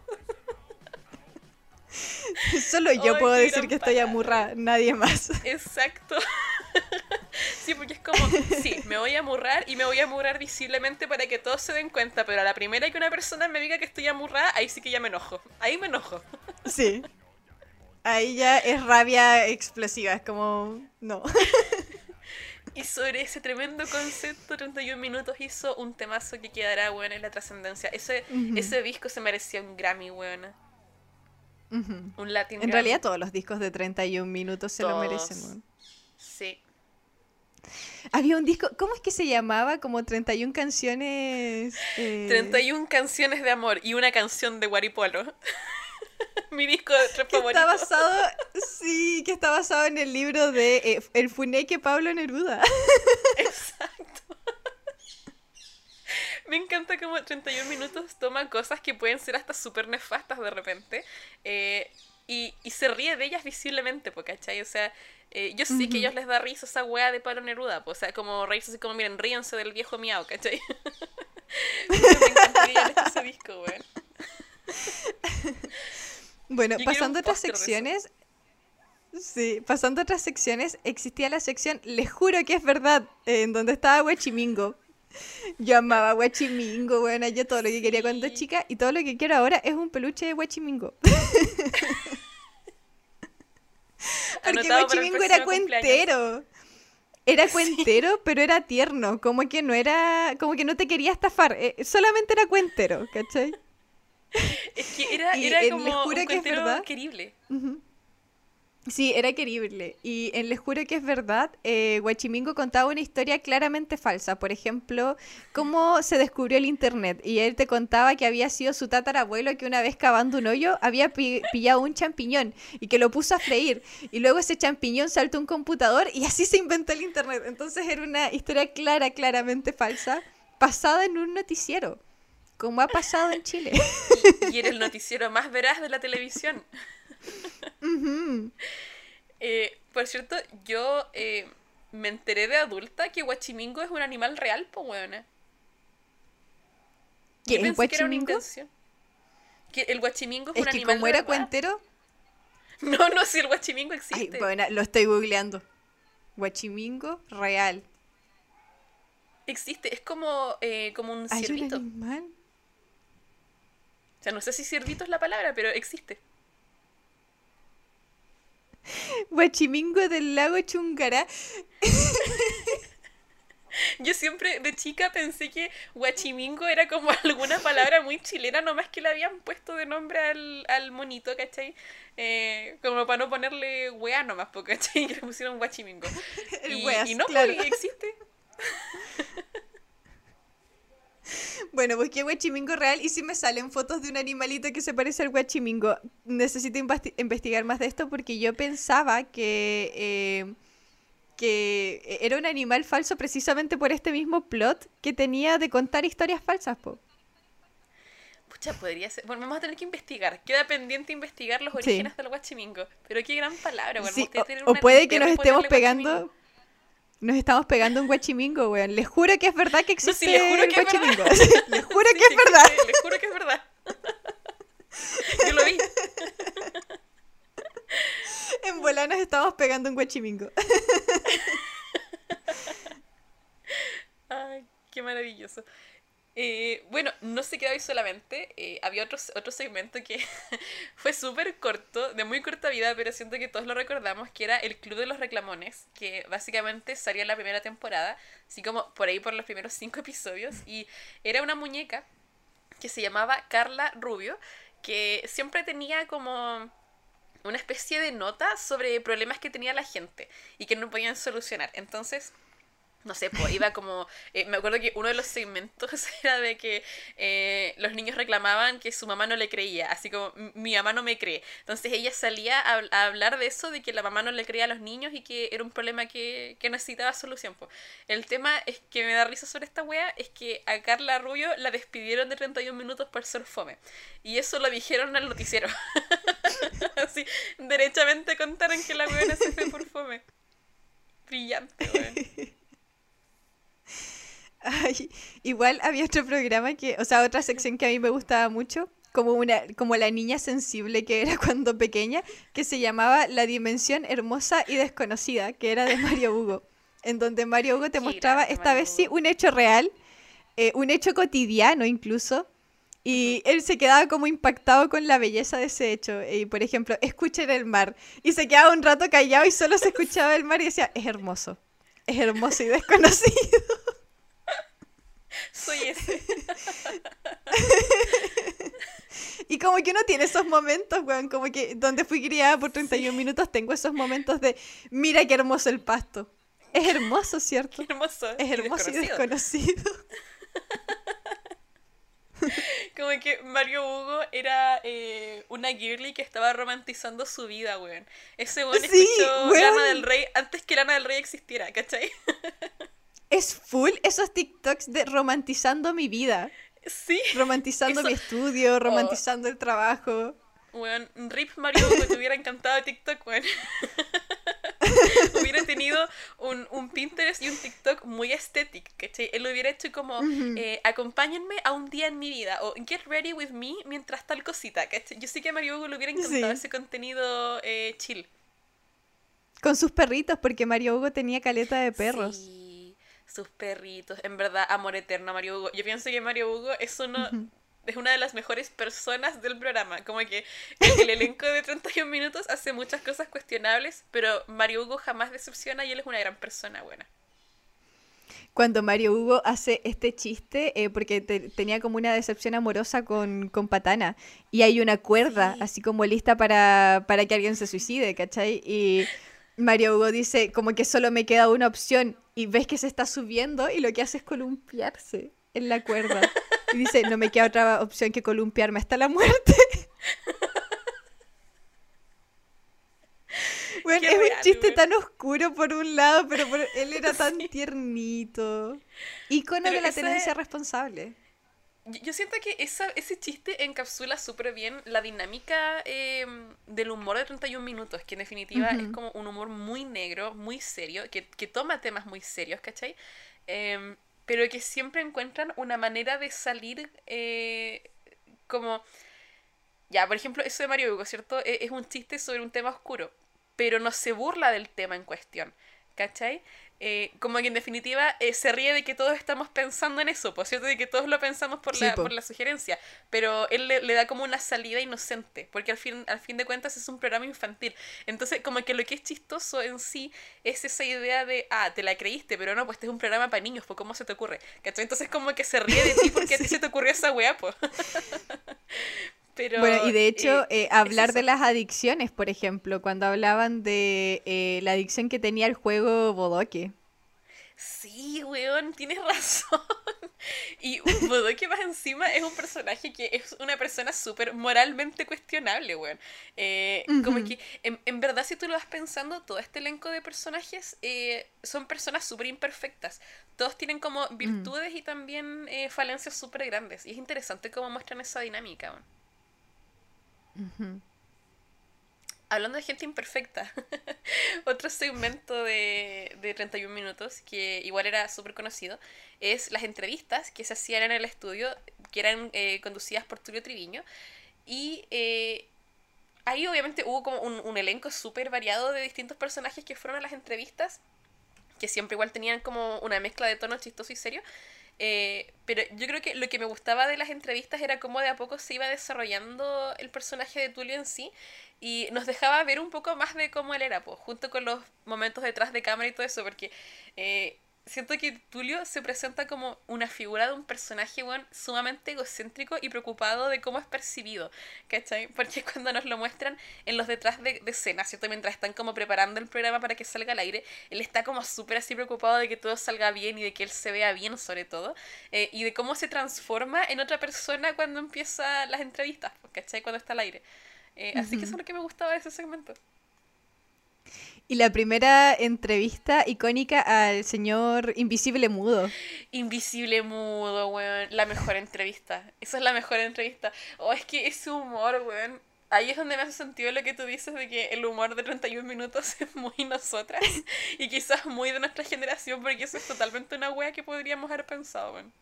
Solo yo Ay, puedo qué decir gran que estoy palabra. amurrada, nadie más. Exacto. Sí, porque es como, sí, me voy a amurrar y me voy a amurrar visiblemente para que todos se den cuenta, pero a la primera que una persona me diga que estoy amurrada, ahí sí que ya me enojo. Ahí me enojo. Sí. Ahí ya es rabia explosiva, es como... No. Y sobre ese tremendo concepto, 31 minutos hizo un temazo que quedará, bueno, en la trascendencia. Ese disco se merecía un Grammy, weón. Ujú. Un Latin En Grammy. realidad todos los discos de 31 minutos se lo Todos. merecen, weón. Sí. Había un disco, ¿cómo es que se llamaba? Como 31 canciones... 31 canciones de amor y una canción de Guaripolo. Mi disco de tres Que favorito. está basado, sí, que está basado en el libro de El Funeque Pablo Neruda. Exacto. Me encanta como 31 minutos toma cosas que pueden ser hasta súper nefastas de repente y se ríe de ellas visiblemente, ¿cachai? O sea, yo sé que a ellos les da risa esa wea de Pablo Neruda, o sea, como reírse así como, miren, ríense del viejo miau, ¿cachai? Entonces me encanta que hayan hecho ese disco, weón. Bueno, Yo quiero pasando a un otras póster de eso. secciones, sí, pasando a otras secciones, existía la sección Les juro que es verdad, en donde estaba Huachimingo. Yo amaba Huachimingo, bueno, yo todo lo que quería cuando Sí. chica y todo lo que quiero ahora es un peluche de Huachimingo. Porque Anotado para el Huachimingo era próximo cumpleaños. cuentero. Era Sí. cuentero, pero era tierno, como que no era, como que no te quería estafar, solamente era cuentero, ¿cachai? Es que era, Y era les como juro un que es cuentero verdad. querible. Ujú. Sí, era querible. Y en Les juro que es verdad, Huachimingo contaba una historia claramente falsa. Por ejemplo, cómo se descubrió el internet. Y él te contaba que había sido su tatarabuelo que una vez cavando un hoyo había pillado un champiñón y que lo puso a freír. Y luego ese champiñón saltó a un computador y así se inventó el internet. Entonces era una historia claramente falsa, basada en un noticiero, como ha pasado en Chile. Y era el noticiero más veraz de la televisión. Ujú. Por cierto, yo me enteré de adulta que Huachimingo es un animal real, po weona. ¿Qué Yo es pensé que era una Huachimingo? invención. Que el Huachimingo es Es un que animal como de era verdad. cuentero... No, no, si el Huachimingo Ay, existe. bueno, lo estoy googleando. Huachimingo real. Existe, es como un ¿Hay un ciervito. animal? O sea, no sé si ciervito es la palabra, pero existe. Huachimingo del lago Chungará. Yo siempre de chica pensé que Huachimingo era como alguna palabra muy chilena, nomás que le habían puesto de nombre al monito, ¿cachai? Como para no ponerle weá nomás, ¿cachai? Que le pusieron Huachimingo. El Y weas, no, claro. pues existe. Bueno, busqué Huachimingo real y sí me salen fotos de un animalito que se parece al Huachimingo. Necesito investigar más de esto porque yo pensaba que era un animal falso precisamente por este mismo plot que tenía de contar historias falsas, po. Pucha, podría ser. Bueno, vamos a tener que investigar. Queda pendiente investigar los Sí. orígenes del Huachimingo. Pero qué gran palabra, bueno. Me Sí, gustaría tener o una puede que linterna nos y estemos ponerle Huachimingo. pegando. Nos estamos pegando un Huachimingo, weón. Les juro que es verdad que No, existe sí, les juro el que es verdad. Huachimingo. Les juro Sí, que es sí verdad. existe, les juro que es verdad. Yo lo vi. En bola nos estamos pegando un Huachimingo. Ay, qué maravilloso. Bueno, no se quedó ahí solamente. Había otro segmento que fue súper corto, de muy corta vida, pero siento que todos lo recordamos, que era el Club de los Reclamones, que básicamente salió en la primera temporada, así como por ahí por los primeros 5 episodios, y era una muñeca que se llamaba Carla Rubio, que siempre tenía como una especie de nota sobre problemas que tenía la gente y que no podían solucionar. Entonces, no sé, pues iba como... me acuerdo que uno de los segmentos era de que los niños reclamaban que su mamá no le creía, así como mi mamá no me cree. Entonces ella salía a hablar de eso, de que la mamá no le creía a los niños y que era un problema que necesitaba solución. Pues. El tema es que me da risa sobre esta wea, es que a Carla Rubio la despidieron de 31 minutos por ser fome. Y eso lo dijeron al noticiero. Así, derechamente contaron que la wea se fue por fome. Brillante, weón. Ay, igual había otro programa que, o sea, otra sección que a mí me gustaba mucho, como la niña sensible que era cuando pequeña, que se llamaba La Dimensión Hermosa y Desconocida, que era de Mario Hugo, en donde Mario Hugo te Qué mostraba grande, esta Mario vez sí Hugo. un hecho real, un hecho cotidiano incluso, y él se quedaba como impactado con la belleza de ese hecho. Y por ejemplo, escuchen el mar. Y se quedaba un rato callado y solo se escuchaba el mar y decía, es hermoso y desconocido. Soy ese. Y como que uno tiene esos momentos, weón, como que donde fui criada por 31 minutos tengo esos momentos de, mira qué hermoso el pasto. Es hermoso, ¿cierto? Qué hermoso. Es hermoso y desconocido. Como que Mario Hugo era una girly que estaba romantizando su vida, weón. Ese weón Sí, escuchó weón. Lana del Rey antes que Lana del Rey existiera, ¿cachai? Es full esos TikToks de romantizando mi vida. Sí, Romantizando eso. mi estudio, Oh, romantizando el trabajo. weón, Rip Mario Hugo te hubiera encantado TikTok, weón. Hubiera tenido un Pinterest y un TikTok muy estético, ¿cachai? Él lo hubiera hecho como, Ujú. acompáñenme a un día en mi vida, o get ready with me mientras tal cosita, ¿cachai? Yo sé que a Mario Hugo le hubiera encantado Sí. ese contenido chill. Con sus perritos, porque Mario Hugo tenía caleta de perros. Sí, sus perritos, en verdad, amor eterno a Mario Hugo. Yo pienso que Mario Hugo Ujú. es una de las mejores personas del programa. Como que el elenco de 31 minutos hace muchas cosas cuestionables, pero Mario Hugo jamás decepciona y él es una gran persona buena. Cuando Mario Hugo hace este chiste, porque tenía como una decepción amorosa con Patana, y hay una cuerda Sí. así como lista para que alguien se suicide, ¿cachai? Y Mario Hugo dice como que solo me queda una opción, y ves que se está subiendo y lo que hace es columpiarse en la cuerda. Y dice, no me queda otra opción que columpiarme hasta la muerte. Bueno, Qué es un real, chiste güey. tan oscuro por un lado, pero él era tan Sí. tiernito. Ícono Pero de la esa tenencia es... responsable. Yo siento que ese chiste encapsula súper bien la dinámica del humor de 31 minutos, que en definitiva es Ujú. como un humor muy negro, muy serio, que toma temas muy serios, ¿cachai? Pero que siempre encuentran una manera de salir como... Ya, por ejemplo, eso de Mario Hugo, ¿cierto? Es un chiste sobre un tema oscuro, pero no se burla del tema en cuestión, ¿cachai? Como que en definitiva se ríe de que todos estamos pensando en eso, por cierto, de que todos lo pensamos Sí, por po. la sugerencia, pero él le da como una salida inocente, porque al fin de cuentas es un programa infantil. Entonces, como que lo que es chistoso en sí es esa idea de, ah, te la creíste, pero no, pues este es un programa para niños, pues ¿cómo se te ocurre? ¿Cachai? Entonces como que se ríe de ti porque a ti se Sí. te ocurrió esa weá, pues. Bueno, Pero y de hecho, es hablar de eso. las adicciones, por ejemplo, cuando hablaban de la adicción que tenía el juego Bodoque. Sí, weón, tienes razón. Y Bodoque más encima es un personaje que es una persona súper moralmente cuestionable, weón. Como Ujú. que en verdad si tú lo vas pensando, todo este elenco de personajes son personas súper imperfectas. Todos tienen como Mm, virtudes y también falencias súper grandes. Y es interesante cómo muestran esa dinámica, weón. ujú. Hablando de gente imperfecta, otro segmento de 31 minutos, que igual era súper conocido, es las entrevistas que se hacían en el estudio, que eran conducidas por Tulio Triviño. Y ahí obviamente hubo como un elenco súper variado de distintos personajes que fueron a las entrevistas, que siempre igual tenían como una mezcla de tono chistoso y serio. Pero yo creo que lo que me gustaba de las entrevistas era cómo de a poco se iba desarrollando el personaje de Tulio en sí y nos dejaba ver un poco más de cómo él era, pues, junto con los momentos detrás de cámara y todo eso, porque siento que Tulio se presenta como una figura de un personaje, bueno, sumamente egocéntrico y preocupado de cómo es percibido, ¿cachai? Porque cuando nos lo muestran en los detrás de escena, ¿cierto? Mientras están como preparando el programa para que salga al aire, él está como súper así preocupado de que todo salga bien y de que él se vea bien sobre todo, y de cómo se transforma en otra persona cuando empieza las entrevistas, pues, ¿cachai? Cuando está al aire. Así que eso Ujú. es lo que me gustaba de ese segmento. Y la primera entrevista icónica al señor Invisible Mudo. Invisible mudo, weón. La mejor entrevista. Esa es la mejor entrevista. Oh, es que ese humor, weón. Ahí es donde me hace sentido lo que tú dices de que el humor de 31 minutos es muy nosotras y quizás muy de nuestra generación porque eso es totalmente una wea que podríamos haber pensado, weón.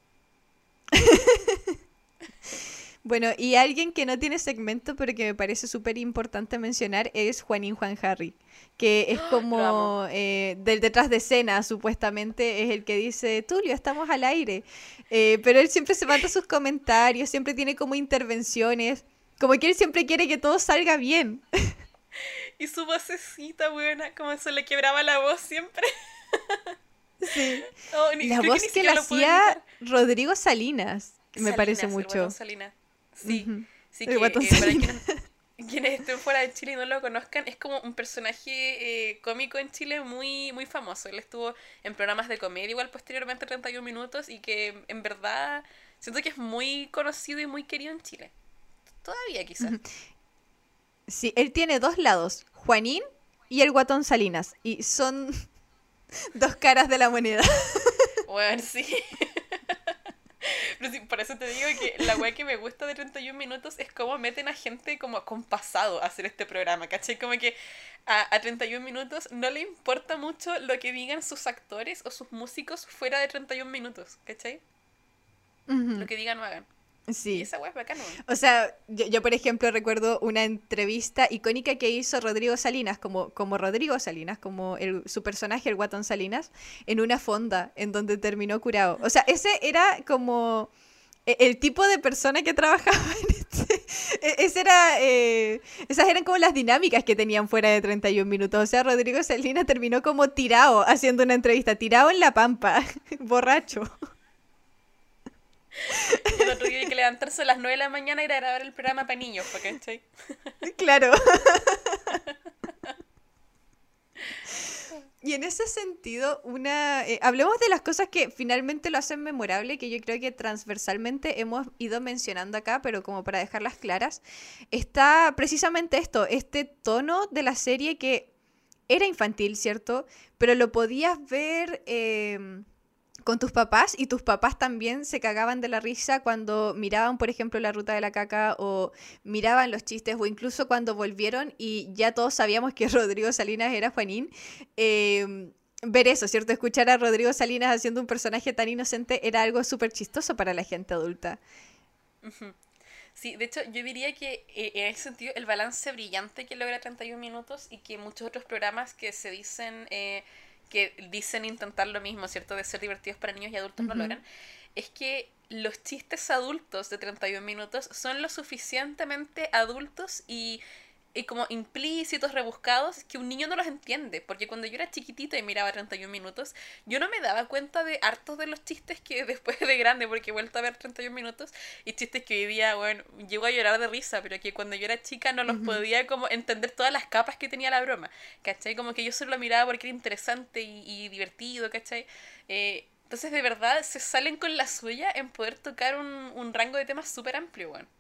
Bueno, y alguien que no tiene segmento, pero que me parece súper importante mencionar, es Juanín Juan Harry, que es Lo amo. como del detrás de escena, supuestamente, es el que dice, Tulio, estamos al aire. Pero él siempre se manda sus comentarios, siempre tiene como intervenciones, como que él siempre quiere que todo salga bien. Y su vocecita, weón, como se le quebraba la voz siempre. Sí. Oh, La creo que ni voz que la siquiera lo puedo hacía imitar. Rodrigo Salinas, me parece Salinas, el guatón mucho. Salinas. Sí, Ujú. sí El que guatón para quienes Salinas. quienes estén fuera de Chile y no lo conozcan, es como un personaje cómico en Chile muy, muy famoso. Él estuvo en programas de comedia igual posteriormente 31 minutos y que en verdad siento que es muy conocido y muy querido en Chile. Todavía quizás. Sí, él tiene dos lados, Juanín y el Guatón Salinas, y son dos caras de la moneda. Bueno, sí. Pero sí, por eso te digo que la weá que me gusta de 31 minutos es cómo meten a gente como con pasado a hacer este programa, ¿cachai? Como que a 31 minutos no le importa mucho lo que digan sus actores o sus músicos fuera de 31 minutos, ¿cachai? Lo Ujú. que digan o hagan. Y Sí. esa weá es bacana, weón. O sea, yo, por ejemplo recuerdo una entrevista icónica que hizo Rodrigo Salinas, como Rodrigo Salinas, como su personaje, el Guatón Salinas, en una fonda en donde terminó curado. O sea, ese era como el tipo de persona que trabajaba en ese era, esas eran como las dinámicas que tenían fuera de 31 minutos. O sea, Rodrigo Salinas terminó como tirado haciendo una entrevista, tirado en la pampa, borracho. Y el otro día hay que levantarse a las 9 de la mañana y ir a grabar el programa para niños, ¿cachai? Claro. Y en ese sentido, hablemos de las cosas que finalmente lo hacen memorable, que yo creo que transversalmente hemos ido mencionando acá, pero como para dejarlas claras, está precisamente esto, este tono de la serie que era infantil, ¿cierto? Pero lo podías ver con tus papás y tus papás también se cagaban de la risa cuando miraban, por ejemplo, La Ruta de la Caca o miraban los chistes o incluso cuando volvieron y ya todos sabíamos que Rodrigo Salinas era Juanín. Ver eso, ¿cierto? Escuchar a Rodrigo Salinas haciendo un personaje tan inocente era algo súper chistoso para la gente adulta. Ujú. Sí, de hecho, yo diría que en ese sentido el balance brillante que logra 31 minutos y que muchos otros programas que dicen intentar lo mismo, ¿cierto? De ser divertidos para niños y adultos no Ujú. logran, es que los chistes adultos de 31 minutos son lo suficientemente adultos y como implícitos, rebuscados, que un niño no los entiende. Porque cuando yo era chiquitita y miraba 31 minutos, yo no me daba cuenta de hartos de los chistes que después de grande, porque he vuelto a ver 31 minutos, y chistes que hoy día, bueno, llego a llorar de risa, pero que cuando yo era chica no los Ujú. podía como entender todas las capas que tenía la broma, ¿cachai? Como que yo solo lo miraba porque era interesante y divertido, ¿cachai? Entonces, de verdad, se salen con la suya en poder tocar un rango de temas súper amplio, bueno.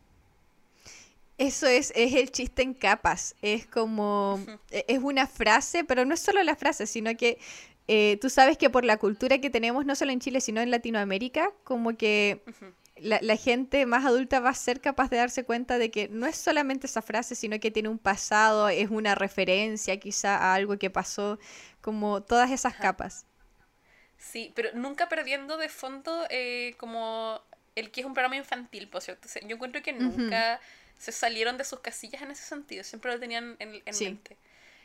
Eso es el chiste en capas. Es como, es una frase, pero no es solo la frase, sino que tú sabes que por la cultura que tenemos, no solo en Chile, sino en Latinoamérica, como que la gente más adulta va a ser capaz de darse cuenta de que no es solamente esa frase, sino que tiene un pasado, es una referencia quizá a algo que pasó, como todas esas capas. Sí, pero nunca perdiendo de fondo como el que es un programa infantil, por cierto. O sea, yo encuentro que Ujú. nunca se salieron de sus casillas en ese sentido, siempre lo tenían en Sí. mente.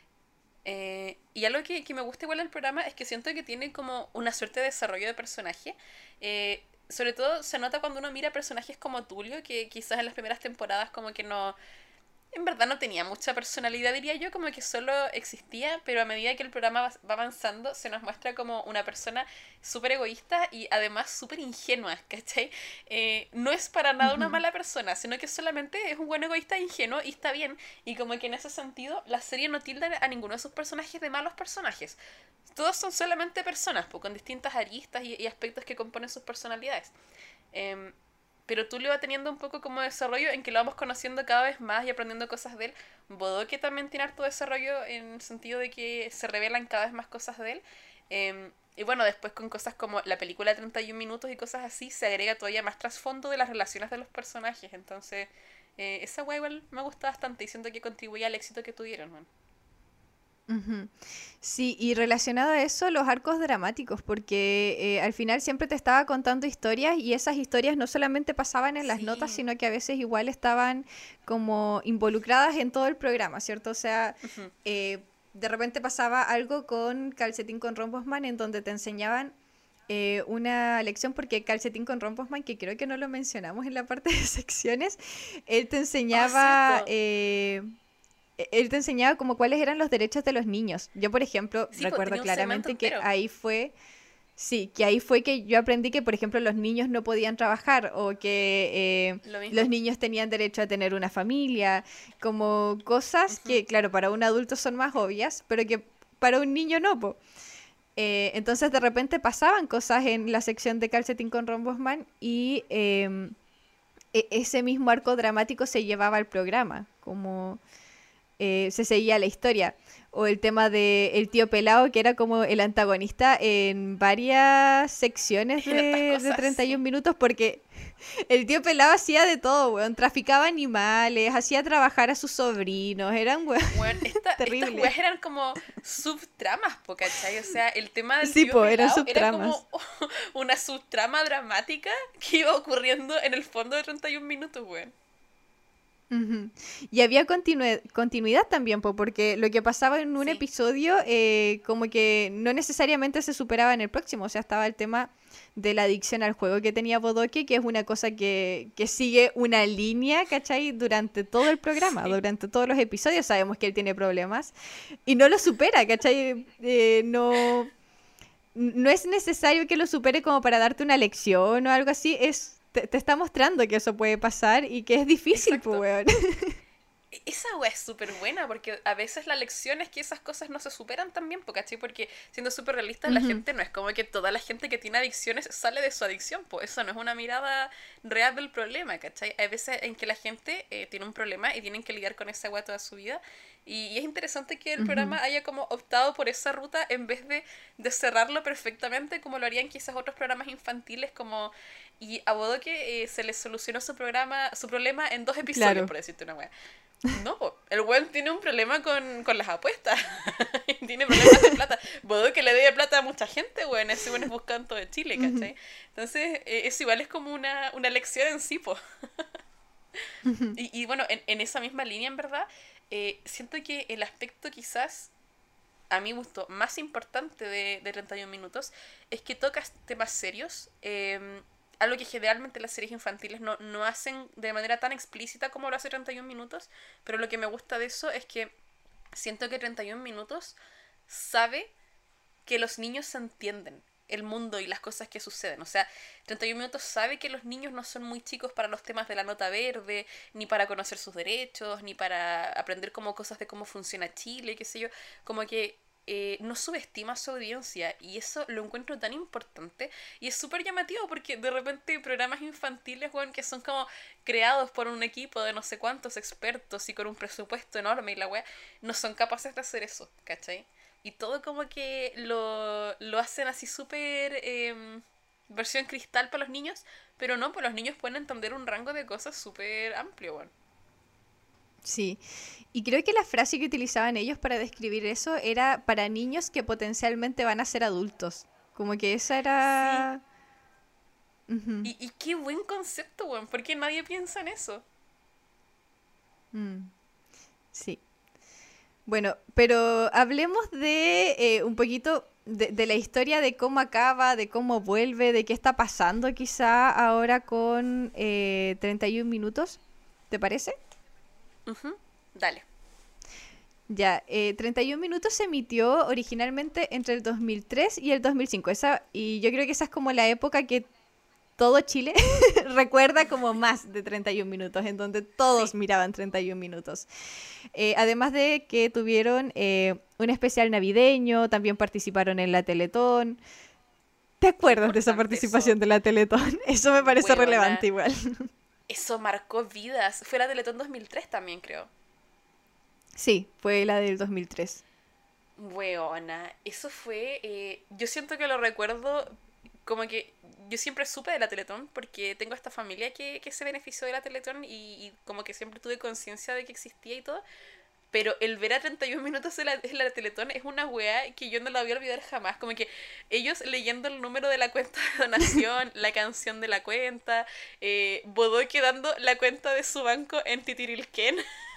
Y algo que me gusta igual del programa es que siento que tiene como una suerte de desarrollo de personaje. Sobre todo se nota cuando uno mira personajes como Tulio, que quizás en las primeras temporadas como que no, en verdad no tenía mucha personalidad, diría yo, como que solo existía, pero a medida que el programa va avanzando, se nos muestra como una persona súper egoísta y además súper ingenua, ¿cachai? No es para nada una Ujú. mala persona, sino que solamente es un buen egoísta e ingenuo y está bien. Y como que en ese sentido, la serie no tilda a ninguno de sus personajes de malos personajes. Todos son solamente personas, pues, con distintas aristas y aspectos que componen sus personalidades. Em, pero Tulio va teniendo un poco como desarrollo en que lo vamos conociendo cada vez más y aprendiendo cosas de él. Bodoque también tiene harto desarrollo en el sentido de que se revelan cada vez más cosas de él. Y bueno, después con cosas como la película 31 minutos y cosas así, se agrega todavía más trasfondo de las relaciones de los personajes. Entonces, esa wea igual me gusta bastante y siento que contribuye al éxito que tuvieron, man. Ujú. Sí, y relacionado a eso, los arcos dramáticos, porque al final siempre te estaba contando historias y esas historias no solamente pasaban en las notas, Sí. sino que a veces igual estaban como involucradas en todo el programa, ¿cierto? O sea, Ujú. de repente pasaba algo con Calcetín con Romposman en donde te enseñaban una lección, porque Calcetín con Romposman, que creo que no lo mencionamos en la parte de secciones, él te Ah, enseñaba... cierto. él te enseñaba como cuáles eran los derechos de los niños. Yo, por ejemplo, Sí, pues recuerdo tenía un segmento claramente que entero. ahí fue, Sí, que ahí fue que yo aprendí que, por ejemplo, los niños no podían trabajar o que Lo los mismo. niños tenían derecho a tener una familia, como cosas Ujú. que, claro, para un adulto son más obvias, pero que para un niño no, po. Entonces de repente pasaban cosas en la sección de Calcetín con Rombosman y ese mismo arco dramático se llevaba al programa, como se seguía la historia. O el tema de el tío Pelao, que era como el antagonista en varias secciones En estas de cosas, 31 sí. minutos, porque el tío Pelao hacía de todo, weón. Traficaba animales, hacía trabajar a sus sobrinos, eran weón Bueno, estas terrible. weas eran como subtramas, po, ¿cachai? O sea, el tema del Sí, tío pues eran pelado era subtramas. como una subtrama dramática que iba ocurriendo en el fondo de 31 minutos, weón. Ujú. Y había continuidad también, po, porque lo que pasaba en un Sí, episodio como que no necesariamente se superaba en el próximo. O sea, estaba el tema de la adicción al juego que tenía Bodoque, que es una cosa que sigue una línea, ¿cachai? Durante todo el programa, sí, durante todos los episodios sabemos que él tiene problemas y no lo supera, ¿cachai? No, no es necesario que lo supere como para darte una lección o algo así, te está mostrando que eso puede pasar y que es difícil, pues, exacto. weón. Esa wea es súper buena porque a veces la lección es que esas cosas no se superan también, po, ¿cachai? Porque siendo súper realistas, la Ujú, gente no es como que toda la gente que tiene adicciones sale de su adicción, pues eso no es una mirada real del problema, ¿cachai? Hay veces en que la gente tiene un problema y tienen que lidiar con esa wea toda su vida. Y es interesante que el ujú. programa haya como optado por esa ruta en vez de cerrarlo perfectamente como lo harían quizás otros programas infantiles como... Y a Bodoque se le solucionó su problema en 2 episodios, Claro. por decirte una wea. No, po, el weón tiene un problema con las apuestas. Tiene problemas de plata. Puedo que le dé plata a mucha gente, weón. Ese weón es buscando todo de Chile, Ujú, ¿cachai? Entonces, eso igual es como una lección en sí, po. ujú. Y bueno, en esa misma línea, en verdad, siento que el aspecto quizás a mi gusto más importante de 31 minutos es que tocas temas serios, algo que generalmente las series infantiles no hacen de manera tan explícita como lo hace 31 minutos, pero lo que me gusta de eso es que siento que 31 minutos sabe que los niños se entienden el mundo y las cosas que suceden. O sea, 31 minutos sabe que los niños no son muy chicos para los temas de la nota verde, ni para conocer sus derechos, ni para aprender como cosas de cómo funciona Chile, qué sé yo. Como que no subestima a su audiencia y eso lo encuentro tan importante y es súper llamativo porque de repente programas infantiles, bueno, que son como creados por un equipo de no sé cuántos expertos y con un presupuesto enorme y la wea, no son capaces de hacer eso, ¿cachai? Y todo como que lo hacen así súper versión cristal para los niños, pero no, pues los niños pueden entender un rango de cosas súper amplio, bueno. Sí. Y creo que la frase que utilizaban ellos para describir eso era para niños que potencialmente van a ser adultos. Como que esa Sí, era... Ujú, y qué buen concepto, weón, porque nadie piensa en eso. mm, sí. Bueno, pero hablemos de un poquito de la historia, de cómo acaba, de cómo vuelve, de qué está pasando quizá ahora con 31 minutos. ¿Te parece? Ujú. Dale. Ya, 31 minutos se emitió originalmente entre el 2003 y el 2005. Y yo creo que esa es como la época que todo Chile recuerda como más de 31 minutos, en donde todos Sí, miraban 31 minutos. Además de que tuvieron un especial navideño, también participaron en la Teletón. ¿Te qué acuerdas de esa importante eso. participación de la Teletón? Eso me parece relevante Weona, igual. eso marcó vidas. Fue la Teletón 2003 también, creo. Sí, fue la del 2003. Weona, eso fue. Yo siento que lo recuerdo como que yo siempre supe de la Teletón porque tengo esta familia que se benefició de la Teletón y como que siempre tuve conciencia de que existía y todo. Pero el ver a 31 minutos en la Teletón es una weá que yo no la voy a olvidar jamás. Como que ellos leyendo el número de la cuenta de donación, la canción de la cuenta, Bodoque dando la cuenta de su banco en Titirilquén.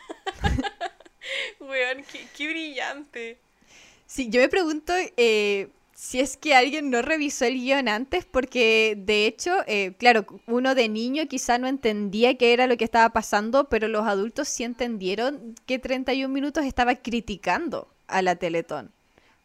Weón, qué brillante. Sí, yo me pregunto si es que alguien no revisó el guión antes, porque de hecho, claro, uno de niño quizá no entendía qué era lo que estaba pasando, pero los adultos sí entendieron que 31 minutos estaba criticando a la Teletón.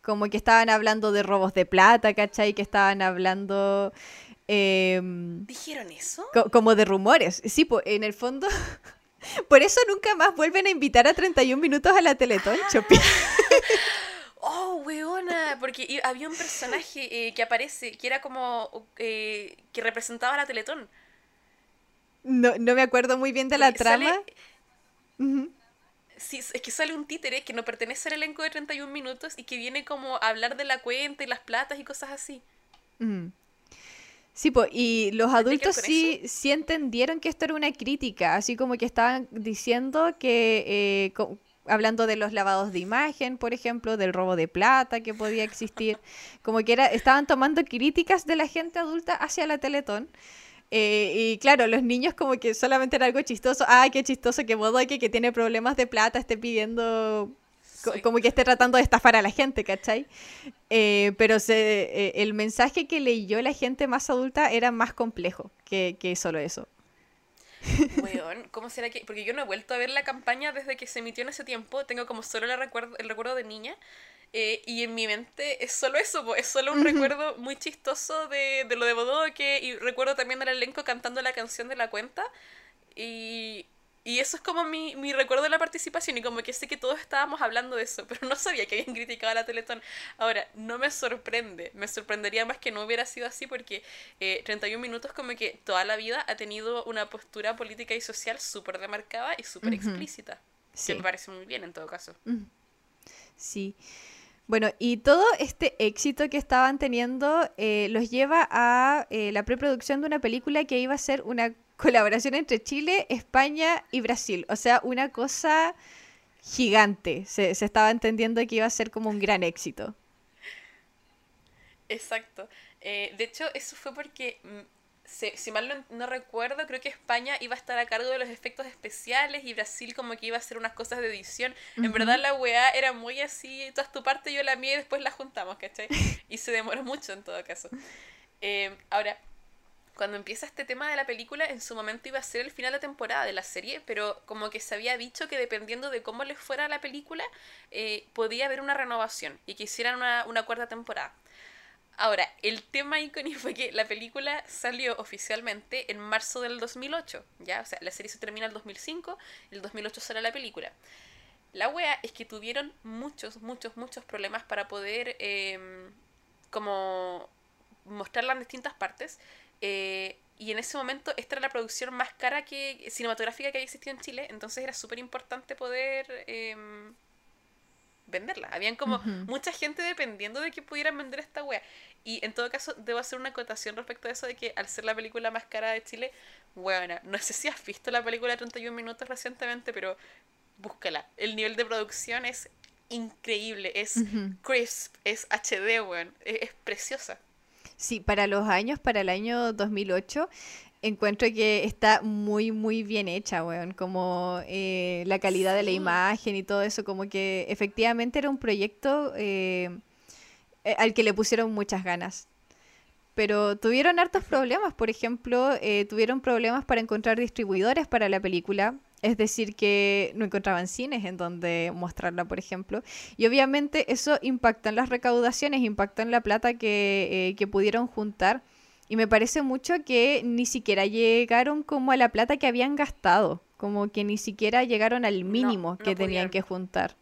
Como que estaban hablando de robos de plata, ¿cachai? Que estaban hablando ¿Dijeron eso? como de rumores. Sí, pues en el fondo, por eso nunca más vuelven a invitar a 31 minutos a la Teletón, Chopi. Oh, weona, porque había un personaje que aparece, que era como, que representaba a la Teletón. No, no me acuerdo muy bien de la Porque trama. sale, Ujú. sí, es que sale un títere que no pertenece al elenco de 31 minutos y que viene como a hablar de la cuenta y las platas y cosas así. Ujú. Sí, pues, y los ¿Tendría que ver adultos con eso? sí entendieron que esto era una crítica, así como que estaban diciendo que, hablando de los lavados de imagen, por ejemplo, del robo de plata que podía existir, como que estaban tomando críticas de la gente adulta hacia la Teletón. Y claro, los niños como que solamente era algo chistoso. Ah, qué chistoso que Bodoque, que tiene problemas de plata, esté pidiendo, Soy. como que esté tratando de estafar a la gente, ¿cachai? Pero el mensaje que leyó la gente más adulta era más complejo que solo eso. Weón, ¿cómo será que...? Porque yo no he vuelto a ver la campaña desde que se emitió en ese tiempo. Tengo como solo el recuerdo de niña. Y en mi mente es solo eso, po, es solo un Ujú, recuerdo muy chistoso de lo de Bodoque. Y recuerdo también al elenco cantando la canción de la cuenta. Y, y eso es como mi recuerdo de la participación. Y como que sé que todos estábamos hablando de eso. Pero no sabía que habían criticado a la Teletón. Ahora, no me sorprende. Me sorprendería más que no hubiera sido así porque 31 minutos como que toda la vida ha tenido una postura política y social súper demarcada y súper ujú. explícita. Que me Sí, parece muy bien en todo caso. ujú, sí. Bueno, y todo este éxito que estaban teniendo los lleva a la preproducción de una película que iba a ser una colaboración entre Chile, España y Brasil. O sea, una cosa gigante. Se estaba entendiendo que iba a ser como un gran éxito. Exacto. De hecho, eso fue porque, si mal no recuerdo, creo que España iba a estar a cargo de los efectos especiales y Brasil como que iba a hacer unas cosas de edición. En verdad Ujú, la weá era muy así, tú haz tu parte, yo la mía y después la juntamos, ¿cachai? Y se demoró mucho en todo caso. Ahora, cuando empieza este tema de la película, en su momento iba a ser el final de temporada de la serie, pero como que se había dicho que dependiendo de cómo les fuera la película, podía haber una renovación y que hicieran una cuarta temporada. Ahora, el tema icónico fue que la película salió oficialmente en marzo del 2008, ¿ya? O sea, la serie se termina en el 2005, el 2008 sale la película. La wea es que tuvieron muchos problemas para poder como mostrarla en distintas partes. Y en ese momento esta era la producción más cara que cinematográfica que había existido en Chile, entonces era súper importante poder venderla. Habían como ujú. mucha gente dependiendo de que pudieran vender esta wea. Y en todo caso, debo hacer una acotación respecto a eso de que al ser la película más cara de Chile, bueno, no sé si has visto la película 31 minutos recientemente, pero búscala. El nivel de producción es increíble, es Ujú. crisp, es HD, weón, es preciosa. Sí, para los años, para el año 2008, encuentro que está muy, muy bien hecha, weón. Como la calidad de la Sí. imagen y todo eso, como que efectivamente era un proyecto al que le pusieron muchas ganas. Pero tuvieron hartos Ujú. problemas, por ejemplo, tuvieron problemas para encontrar distribuidores para la película, es decir, que no encontraban cines en donde mostrarla, por ejemplo, y obviamente eso impactó en las recaudaciones, impactó en la plata que pudieron juntar, y me parece mucho que ni siquiera llegaron como a la plata que habían gastado, como que ni siquiera llegaron al No, mínimo no que tenían pudieron. que juntar.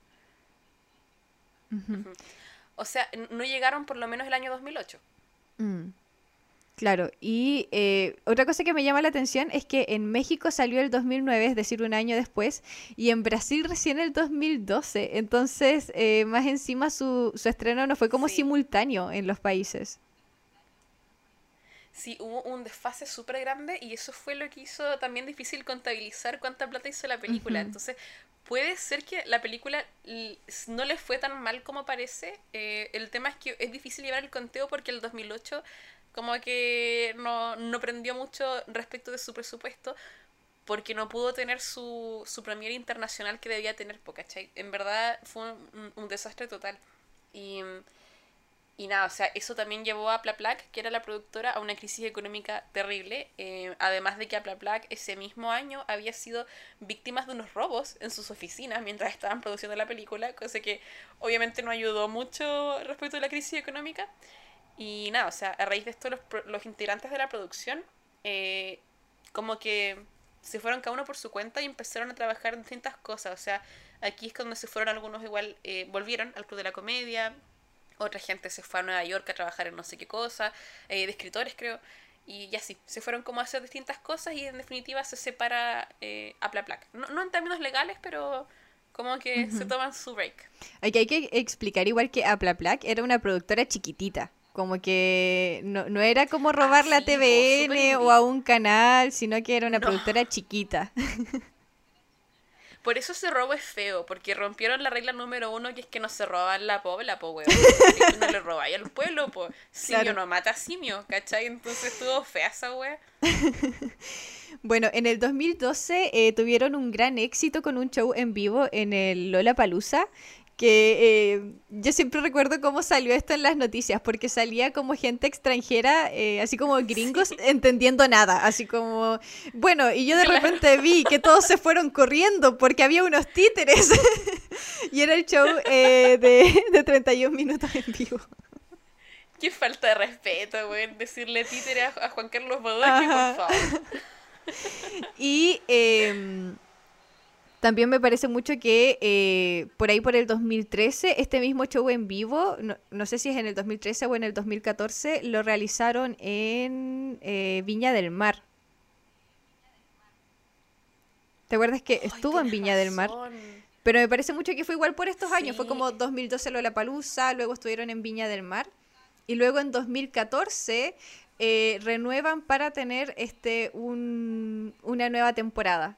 Ujú. Ujú. O sea, no llegaron por lo menos el año 2008. Mm. Claro, y otra cosa que me llama la atención es que en México salió el 2009, es decir, un año después, y en Brasil recién el 2012. Entonces, más encima su estreno no fue como Sí. simultáneo en los países. Sí, hubo un desfase súper grande y eso fue lo que hizo también difícil contabilizar cuánta plata hizo la película. Ujú, Entonces, puede ser que la película no le fue tan mal como parece. El tema es que es difícil llevar el conteo porque el 2008 como que no prendió mucho respecto de su presupuesto porque no pudo tener su premiere internacional que debía tener, ¿cachai? En verdad fue un desastre total. Y Y nada, o sea, eso también llevó a Plaplac, que era la productora, a una crisis económica terrible. Además de que Plaplac ese mismo año había sido víctimas de unos robos en sus oficinas mientras estaban produciendo la película, cosa que obviamente no ayudó mucho respecto a la crisis económica. Y nada, o sea, a raíz de esto los integrantes de la producción como que se fueron cada uno por su cuenta y empezaron a trabajar en distintas cosas. O sea, aquí es donde se fueron algunos igual, volvieron al Club de la Comedia, otra gente se fue a Nueva York a trabajar en no sé qué cosa, de escritores creo, y así, se fueron como a hacer distintas cosas y en definitiva se separa Aplaplac. No, no en términos legales, pero como que se Ujú. toman su break. Aquí hay que explicar igual que Aplaplac era una productora chiquitita. Como que no era como Ah, robarle a sí, po, super TVN o a indie. un canal, sino que era una No. productora chiquita. Por eso ese robo es feo, porque rompieron la regla número uno, que es que no se roban la pobla, po, weón. ¿Cachai? Tú no le robáis al pueblo, po. Simio Claro. no mata simio, ¿cachai? Entonces estuvo fea esa wea. Bueno, en el 2012 tuvieron un gran éxito con un show en vivo en el Lollapalooza, que yo siempre recuerdo cómo salió esto en las noticias, porque salía como gente extranjera, así como gringos, Sí, entendiendo nada, así como, bueno, y yo de claro. repente vi que todos se fueron corriendo porque había unos títeres, y era el show de 31 minutos en vivo. Qué falta de respeto, weón. Decirle títere a Juan Carlos Bodoque, por Ajá. favor. Y también me parece mucho que por ahí por el 2013, este mismo show en vivo, no sé si es en el 2013 o en el 2014, lo realizaron en Viña del Mar. ¿Te acuerdas que Ay, estuvo en tienes Viña del Mar? razón. Pero me parece mucho que fue igual por estos años. Fue Sí. como 2012 Lollapalooza, luego estuvieron en Viña del Mar. Y luego en 2014 renuevan para tener una nueva temporada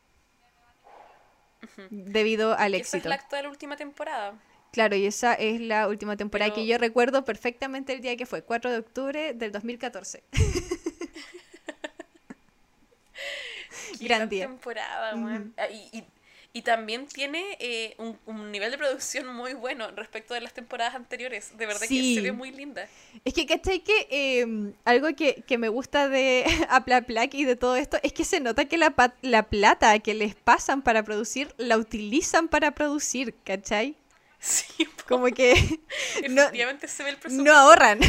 Ujú. debido Y al que esa es la éxito. actual última temporada. Claro, y esa es la última temporada que Pero yo recuerdo perfectamente el día que fue, 4 de octubre del 2014. qué Gran gran día. temporada, weón. Ujú. Y también tiene un nivel de producción muy bueno respecto de las temporadas anteriores. De verdad que se ve Sí, muy linda. es que, ¿cachai? Que algo que me gusta de Aplaplac y de todo esto es que se nota que la plata que les pasan para producir, la utilizan para producir, ¿cachai? Sí, po. Como que no, Efectivamente se ve el no presupuesto. ahorran,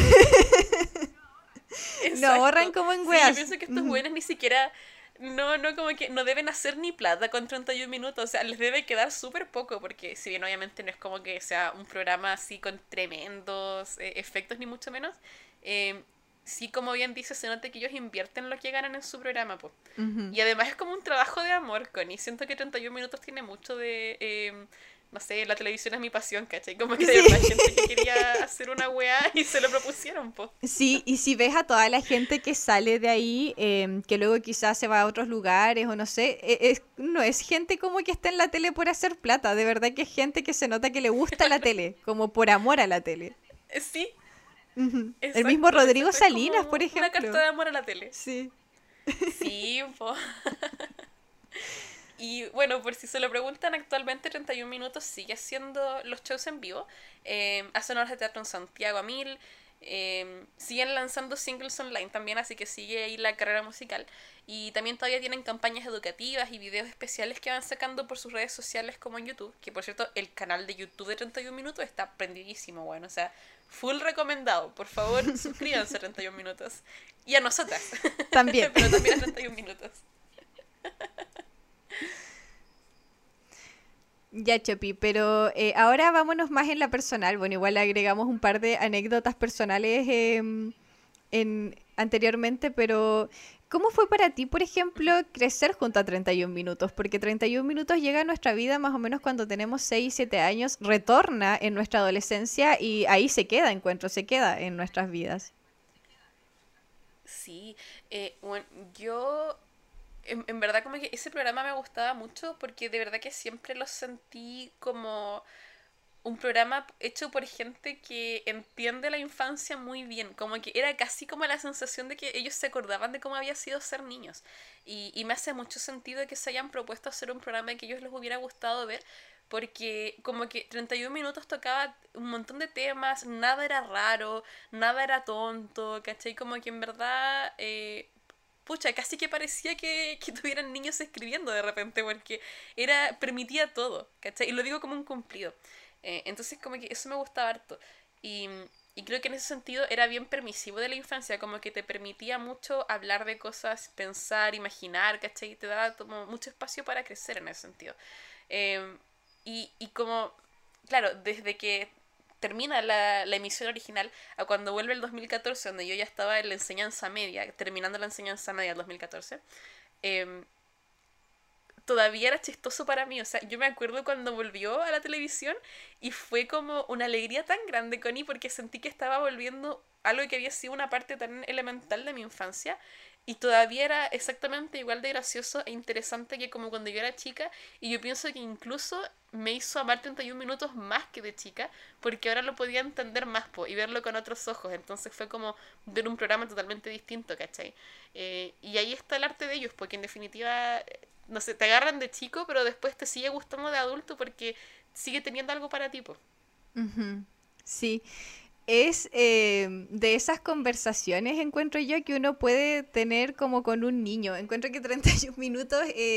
no ahorran Exacto. como en Sí, yo weas. pienso que estos Ujú. buenos ni siquiera. No, no, como que no deben hacer ni plata con 31 minutos. O sea, les debe quedar súper poco. Porque, si bien obviamente no es como que sea un programa así con tremendos efectos, ni mucho menos. eh, sí, como bien dice, se nota que ellos invierten lo que ganan en su programa, pues. Ujú. Y además es como un trabajo de amor, Connie. Siento que 31 minutos tiene mucho de. No sé, la televisión es mi pasión, ¿cachai? Como que de Sí. verdad gente que quería hacer una weá y se lo propusieron, pues. Sí, y si ves a toda la gente que sale de ahí, que luego quizás se va a otros lugares o no sé, no es gente como que está en la tele por hacer plata, de verdad que es gente que se nota que le gusta la tele, como por amor a la tele. Sí, Ujú. El mismo exacto, Rodrigo exacto. Es Salinas, por como una carta ejemplo. de amor a la tele. Sí. Sí, po. Y bueno, por si se lo preguntan, actualmente 31 Minutos sigue haciendo los shows en vivo. Hacen horas de teatro en Santiago a 1000. Siguen lanzando singles online también, así que sigue ahí la carrera musical. Y también todavía tienen campañas educativas y videos especiales que van sacando por sus redes sociales como en YouTube. Que por cierto, el canal de YouTube de 31 Minutos está prendidísimo, bueno. O sea, full recomendado. Por favor, suscríbanse a 31 Minutos. Y a nosotras. También. Pero también a 31 Minutos. Ya, Chopi, pero ahora vámonos más en la personal. Bueno, igual le agregamos un par de anécdotas personales anteriormente, pero ¿cómo fue para ti, por ejemplo, crecer junto a 31 minutos? Porque 31 minutos llega a nuestra vida más o menos cuando tenemos 6 7 años, retorna en nuestra adolescencia y ahí se queda, encuentro, se queda en nuestras vidas. Sí, bueno, yo en verdad como que ese programa me gustaba mucho porque de verdad que siempre lo sentí como un programa hecho por gente que entiende la infancia muy bien, como que era casi como la sensación de que ellos se acordaban de cómo había sido ser niños. Y me hace mucho sentido que se hayan propuesto hacer un programa que a ellos les hubiera gustado ver, porque como que 31 minutos tocaba un montón de temas, nada era raro, nada era tonto, ¿cachai? Como que en verdad, pucha, casi que parecía que tuvieran niños escribiendo de repente, porque permitía todo, ¿cachai? Y lo digo como un cumplido. Entonces como que eso me gustaba harto. Y, y creo que en ese sentido era bien permisivo de la infancia, como que te permitía mucho hablar de cosas, pensar, imaginar, ¿cachai? Y te daba como mucho espacio para crecer en ese sentido. Eh, y como, claro, desde que termina la emisión original a cuando vuelve el 2014, donde yo ya estaba en la enseñanza media, terminando la enseñanza media del 2014, eh, todavía era chistoso para mí. O sea, yo me acuerdo cuando volvió a la televisión y fue como una alegría tan grande, Connie, porque sentí que estaba volviendo algo que había sido una parte tan elemental de mi infancia y todavía era exactamente igual de gracioso e interesante que como cuando yo era chica. Y yo pienso que incluso me hizo amar 31 minutos más que de chica, porque ahora lo podía entender más y verlo con otros ojos. Entonces fue como ver un programa totalmente distinto, ¿cachai? Y ahí está el arte de ellos, porque en definitiva, no sé, te agarran de chico, pero después te sigue gustando de adulto porque sigue teniendo algo para ti, po. Ujú. Sí, es de esas conversaciones, encuentro yo, que uno puede tener como con un niño. Encuentro que 31 minutos,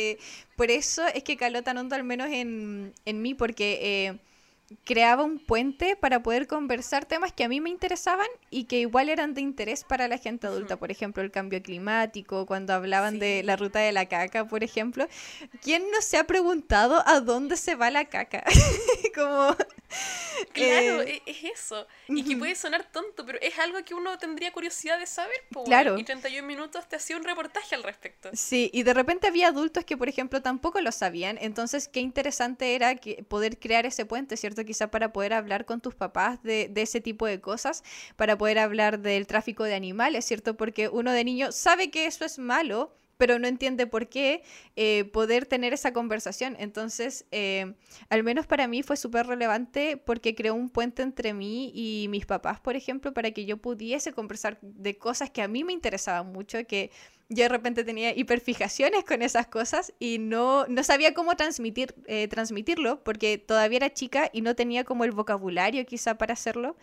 por eso es que caló tan hondo, al menos en mí, porque creaba un puente para poder conversar temas que a mí me interesaban y que igual eran de interés para la gente adulta. Ujú. Por ejemplo, el cambio climático, cuando hablaban de la Sí. ruta de la caca, por ejemplo. ¿Quién no se ha preguntado a dónde se va la caca? Como... Claro, eh, es eso. Y que ujú. puede sonar tonto, pero es algo que uno tendría curiosidad de saber, pues, weón. Y Claro, 31 minutos te hacía un reportaje al respecto. sí, y de repente había adultos que, por ejemplo, tampoco lo sabían, entonces qué interesante era poder crear ese puente, ¿cierto? Quizá para poder hablar con tus papás de ese tipo de cosas, para poder hablar del tráfico de animales, ¿cierto? Porque uno de niño sabe que eso es malo, pero no entiende por qué, poder tener esa conversación. Entonces, al menos para mí fue súper relevante porque creó un puente entre mí y mis papás, por ejemplo, para que yo pudiese conversar de cosas que a mí me interesaban mucho, que yo de repente tenía hiperfijaciones con esas cosas y no sabía cómo transmitirlo porque todavía era chica y no tenía como el vocabulario quizá para hacerlo.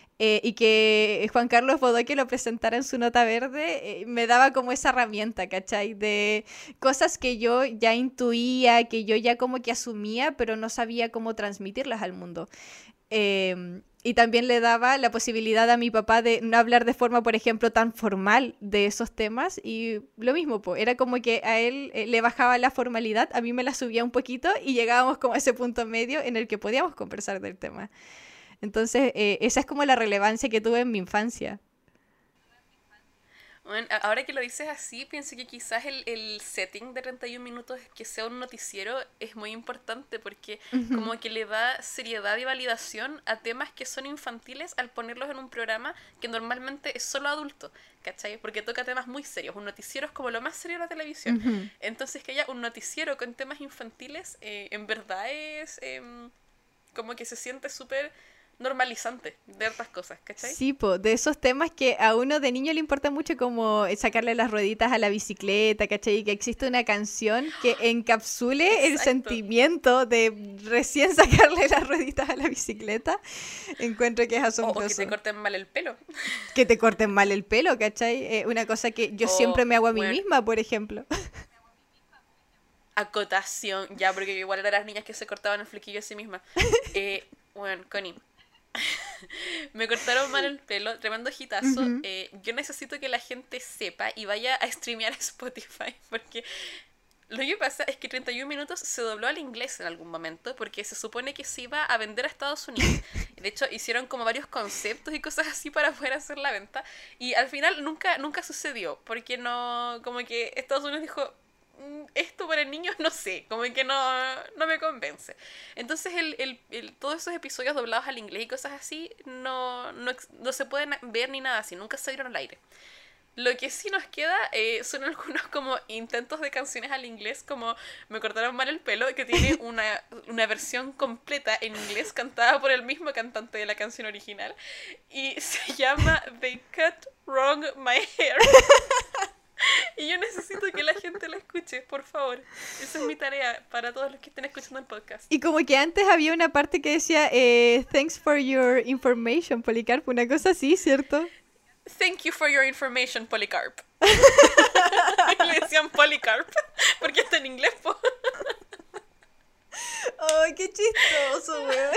Y que Juan Carlos Bodoque lo presentara en su nota verde, me daba como esa herramienta, ¿cachai? De cosas que yo ya intuía, que yo ya como que asumía, pero no sabía cómo transmitirlas al mundo. Y también le daba la posibilidad a mi papá de no hablar de forma, por ejemplo, tan formal de esos temas. Y lo mismo, po, era como que a él le bajaba la formalidad, a mí me la subía un poquito y llegábamos como a ese punto medio en el que podíamos conversar del tema. Entonces, esa es como la relevancia que tuve en mi infancia. Bueno, ahora que lo dices así, pienso que quizás el setting de 31 minutos, que sea un noticiero, es muy importante porque Ujú, como que le da seriedad y validación a temas que son infantiles al ponerlos en un programa que normalmente es solo adulto, ¿cachai? Porque toca temas muy serios. Un noticiero es como lo más serio de la televisión. ujú. Entonces que haya un noticiero con temas infantiles, en verdad es como que se siente súper normalizante de hartas cosas, ¿cachai? Sí, po, de esos temas que a uno de niño le importa mucho, como sacarle las rueditas a la bicicleta, ¿cachai? Y que existe una canción que encapsule el Exacto. sentimiento de recién sacarle las rueditas a la bicicleta. Encuentro que es O que te asombroso. corten mal el pelo. Que te corten mal el pelo, ¿cachai? Una cosa que yo siempre O, me hago a mí bueno, misma, por ejemplo. acotación, ya, porque yo igual era las niñas que se cortaban el flequillo a sí misma. Bueno, Connie, me cortaron mal el pelo, tremendo hitazo. Ujú. Yo necesito que la gente sepa y vaya a streamear a Spotify, porque lo que pasa es que 31 minutos se dobló al inglés en algún momento porque se supone que se iba a vender a Estados Unidos. De hecho, hicieron como varios conceptos y cosas así para poder hacer la venta. Y al final nunca sucedió porque no, como que Estados Unidos dijo, esto para niños no sé, como que no me convence. Entonces todos esos episodios doblados al inglés y cosas así no se pueden ver ni nada así, nunca se dieron al aire. Lo que sí nos queda, son algunos como intentos de canciones al inglés, como Me cortaron mal el pelo, que tiene una versión completa en inglés cantada por el mismo cantante de la canción original. Y se llama They Cut Wrong My Hair. Y yo necesito que la gente la escuche, por favor. Esa es mi tarea. tarea para todos los que estén escuchando el podcast. Y como que antes había una parte que decía, thanks for your information, Policarpo, una cosa así, ¿cierto? Thank you for your information, Polycarp. Le decían Polycarp, porque está en inglés, po. ¡Ay, qué chistoso, weón!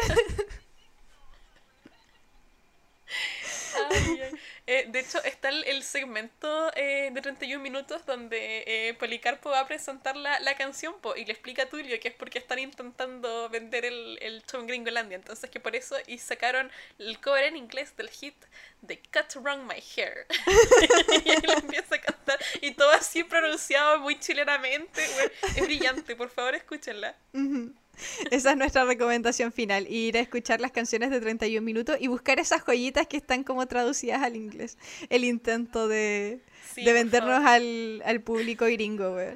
Ay, ay. De hecho, está el segmento de 31 minutos donde Policarpo va a presentar la canción po, y le explica a Tulio que es porque están intentando vender el show en Gringolandia. Entonces que por eso y sacaron el cover en inglés del hit de Cut Around My Hair. Y él empieza a cantar y todo así pronunciado muy chilenamente. Bueno, es brillante, por favor escúchenla. Esa es nuestra recomendación final, ir a escuchar las canciones de 31 minutos y buscar esas joyitas que están como traducidas al inglés. El intento de vendernos al público gringo, weón.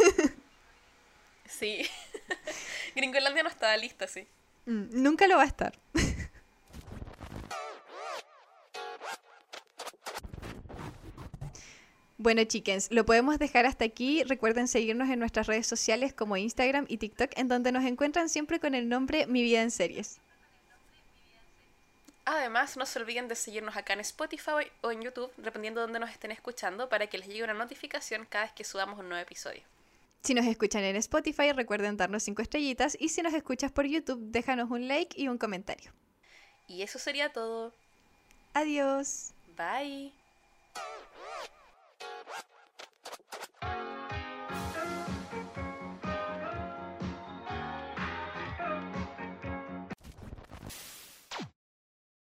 Sí. Gringolandia no estaba lista, sí. Nunca lo va a estar. Bueno, chickens, lo podemos dejar hasta aquí. Recuerden seguirnos en nuestras redes sociales como Instagram y TikTok, en donde nos encuentran siempre con el nombre Mi Vida en Series. Además, no se olviden de seguirnos acá en Spotify o en YouTube, dependiendo de dónde nos estén escuchando, para que les llegue una notificación cada vez que subamos un nuevo episodio. Si nos escuchan en Spotify, recuerden darnos 5 estrellitas, y si nos escuchas por YouTube, déjanos un like y un comentario. Y eso sería todo. Adiós. Bye.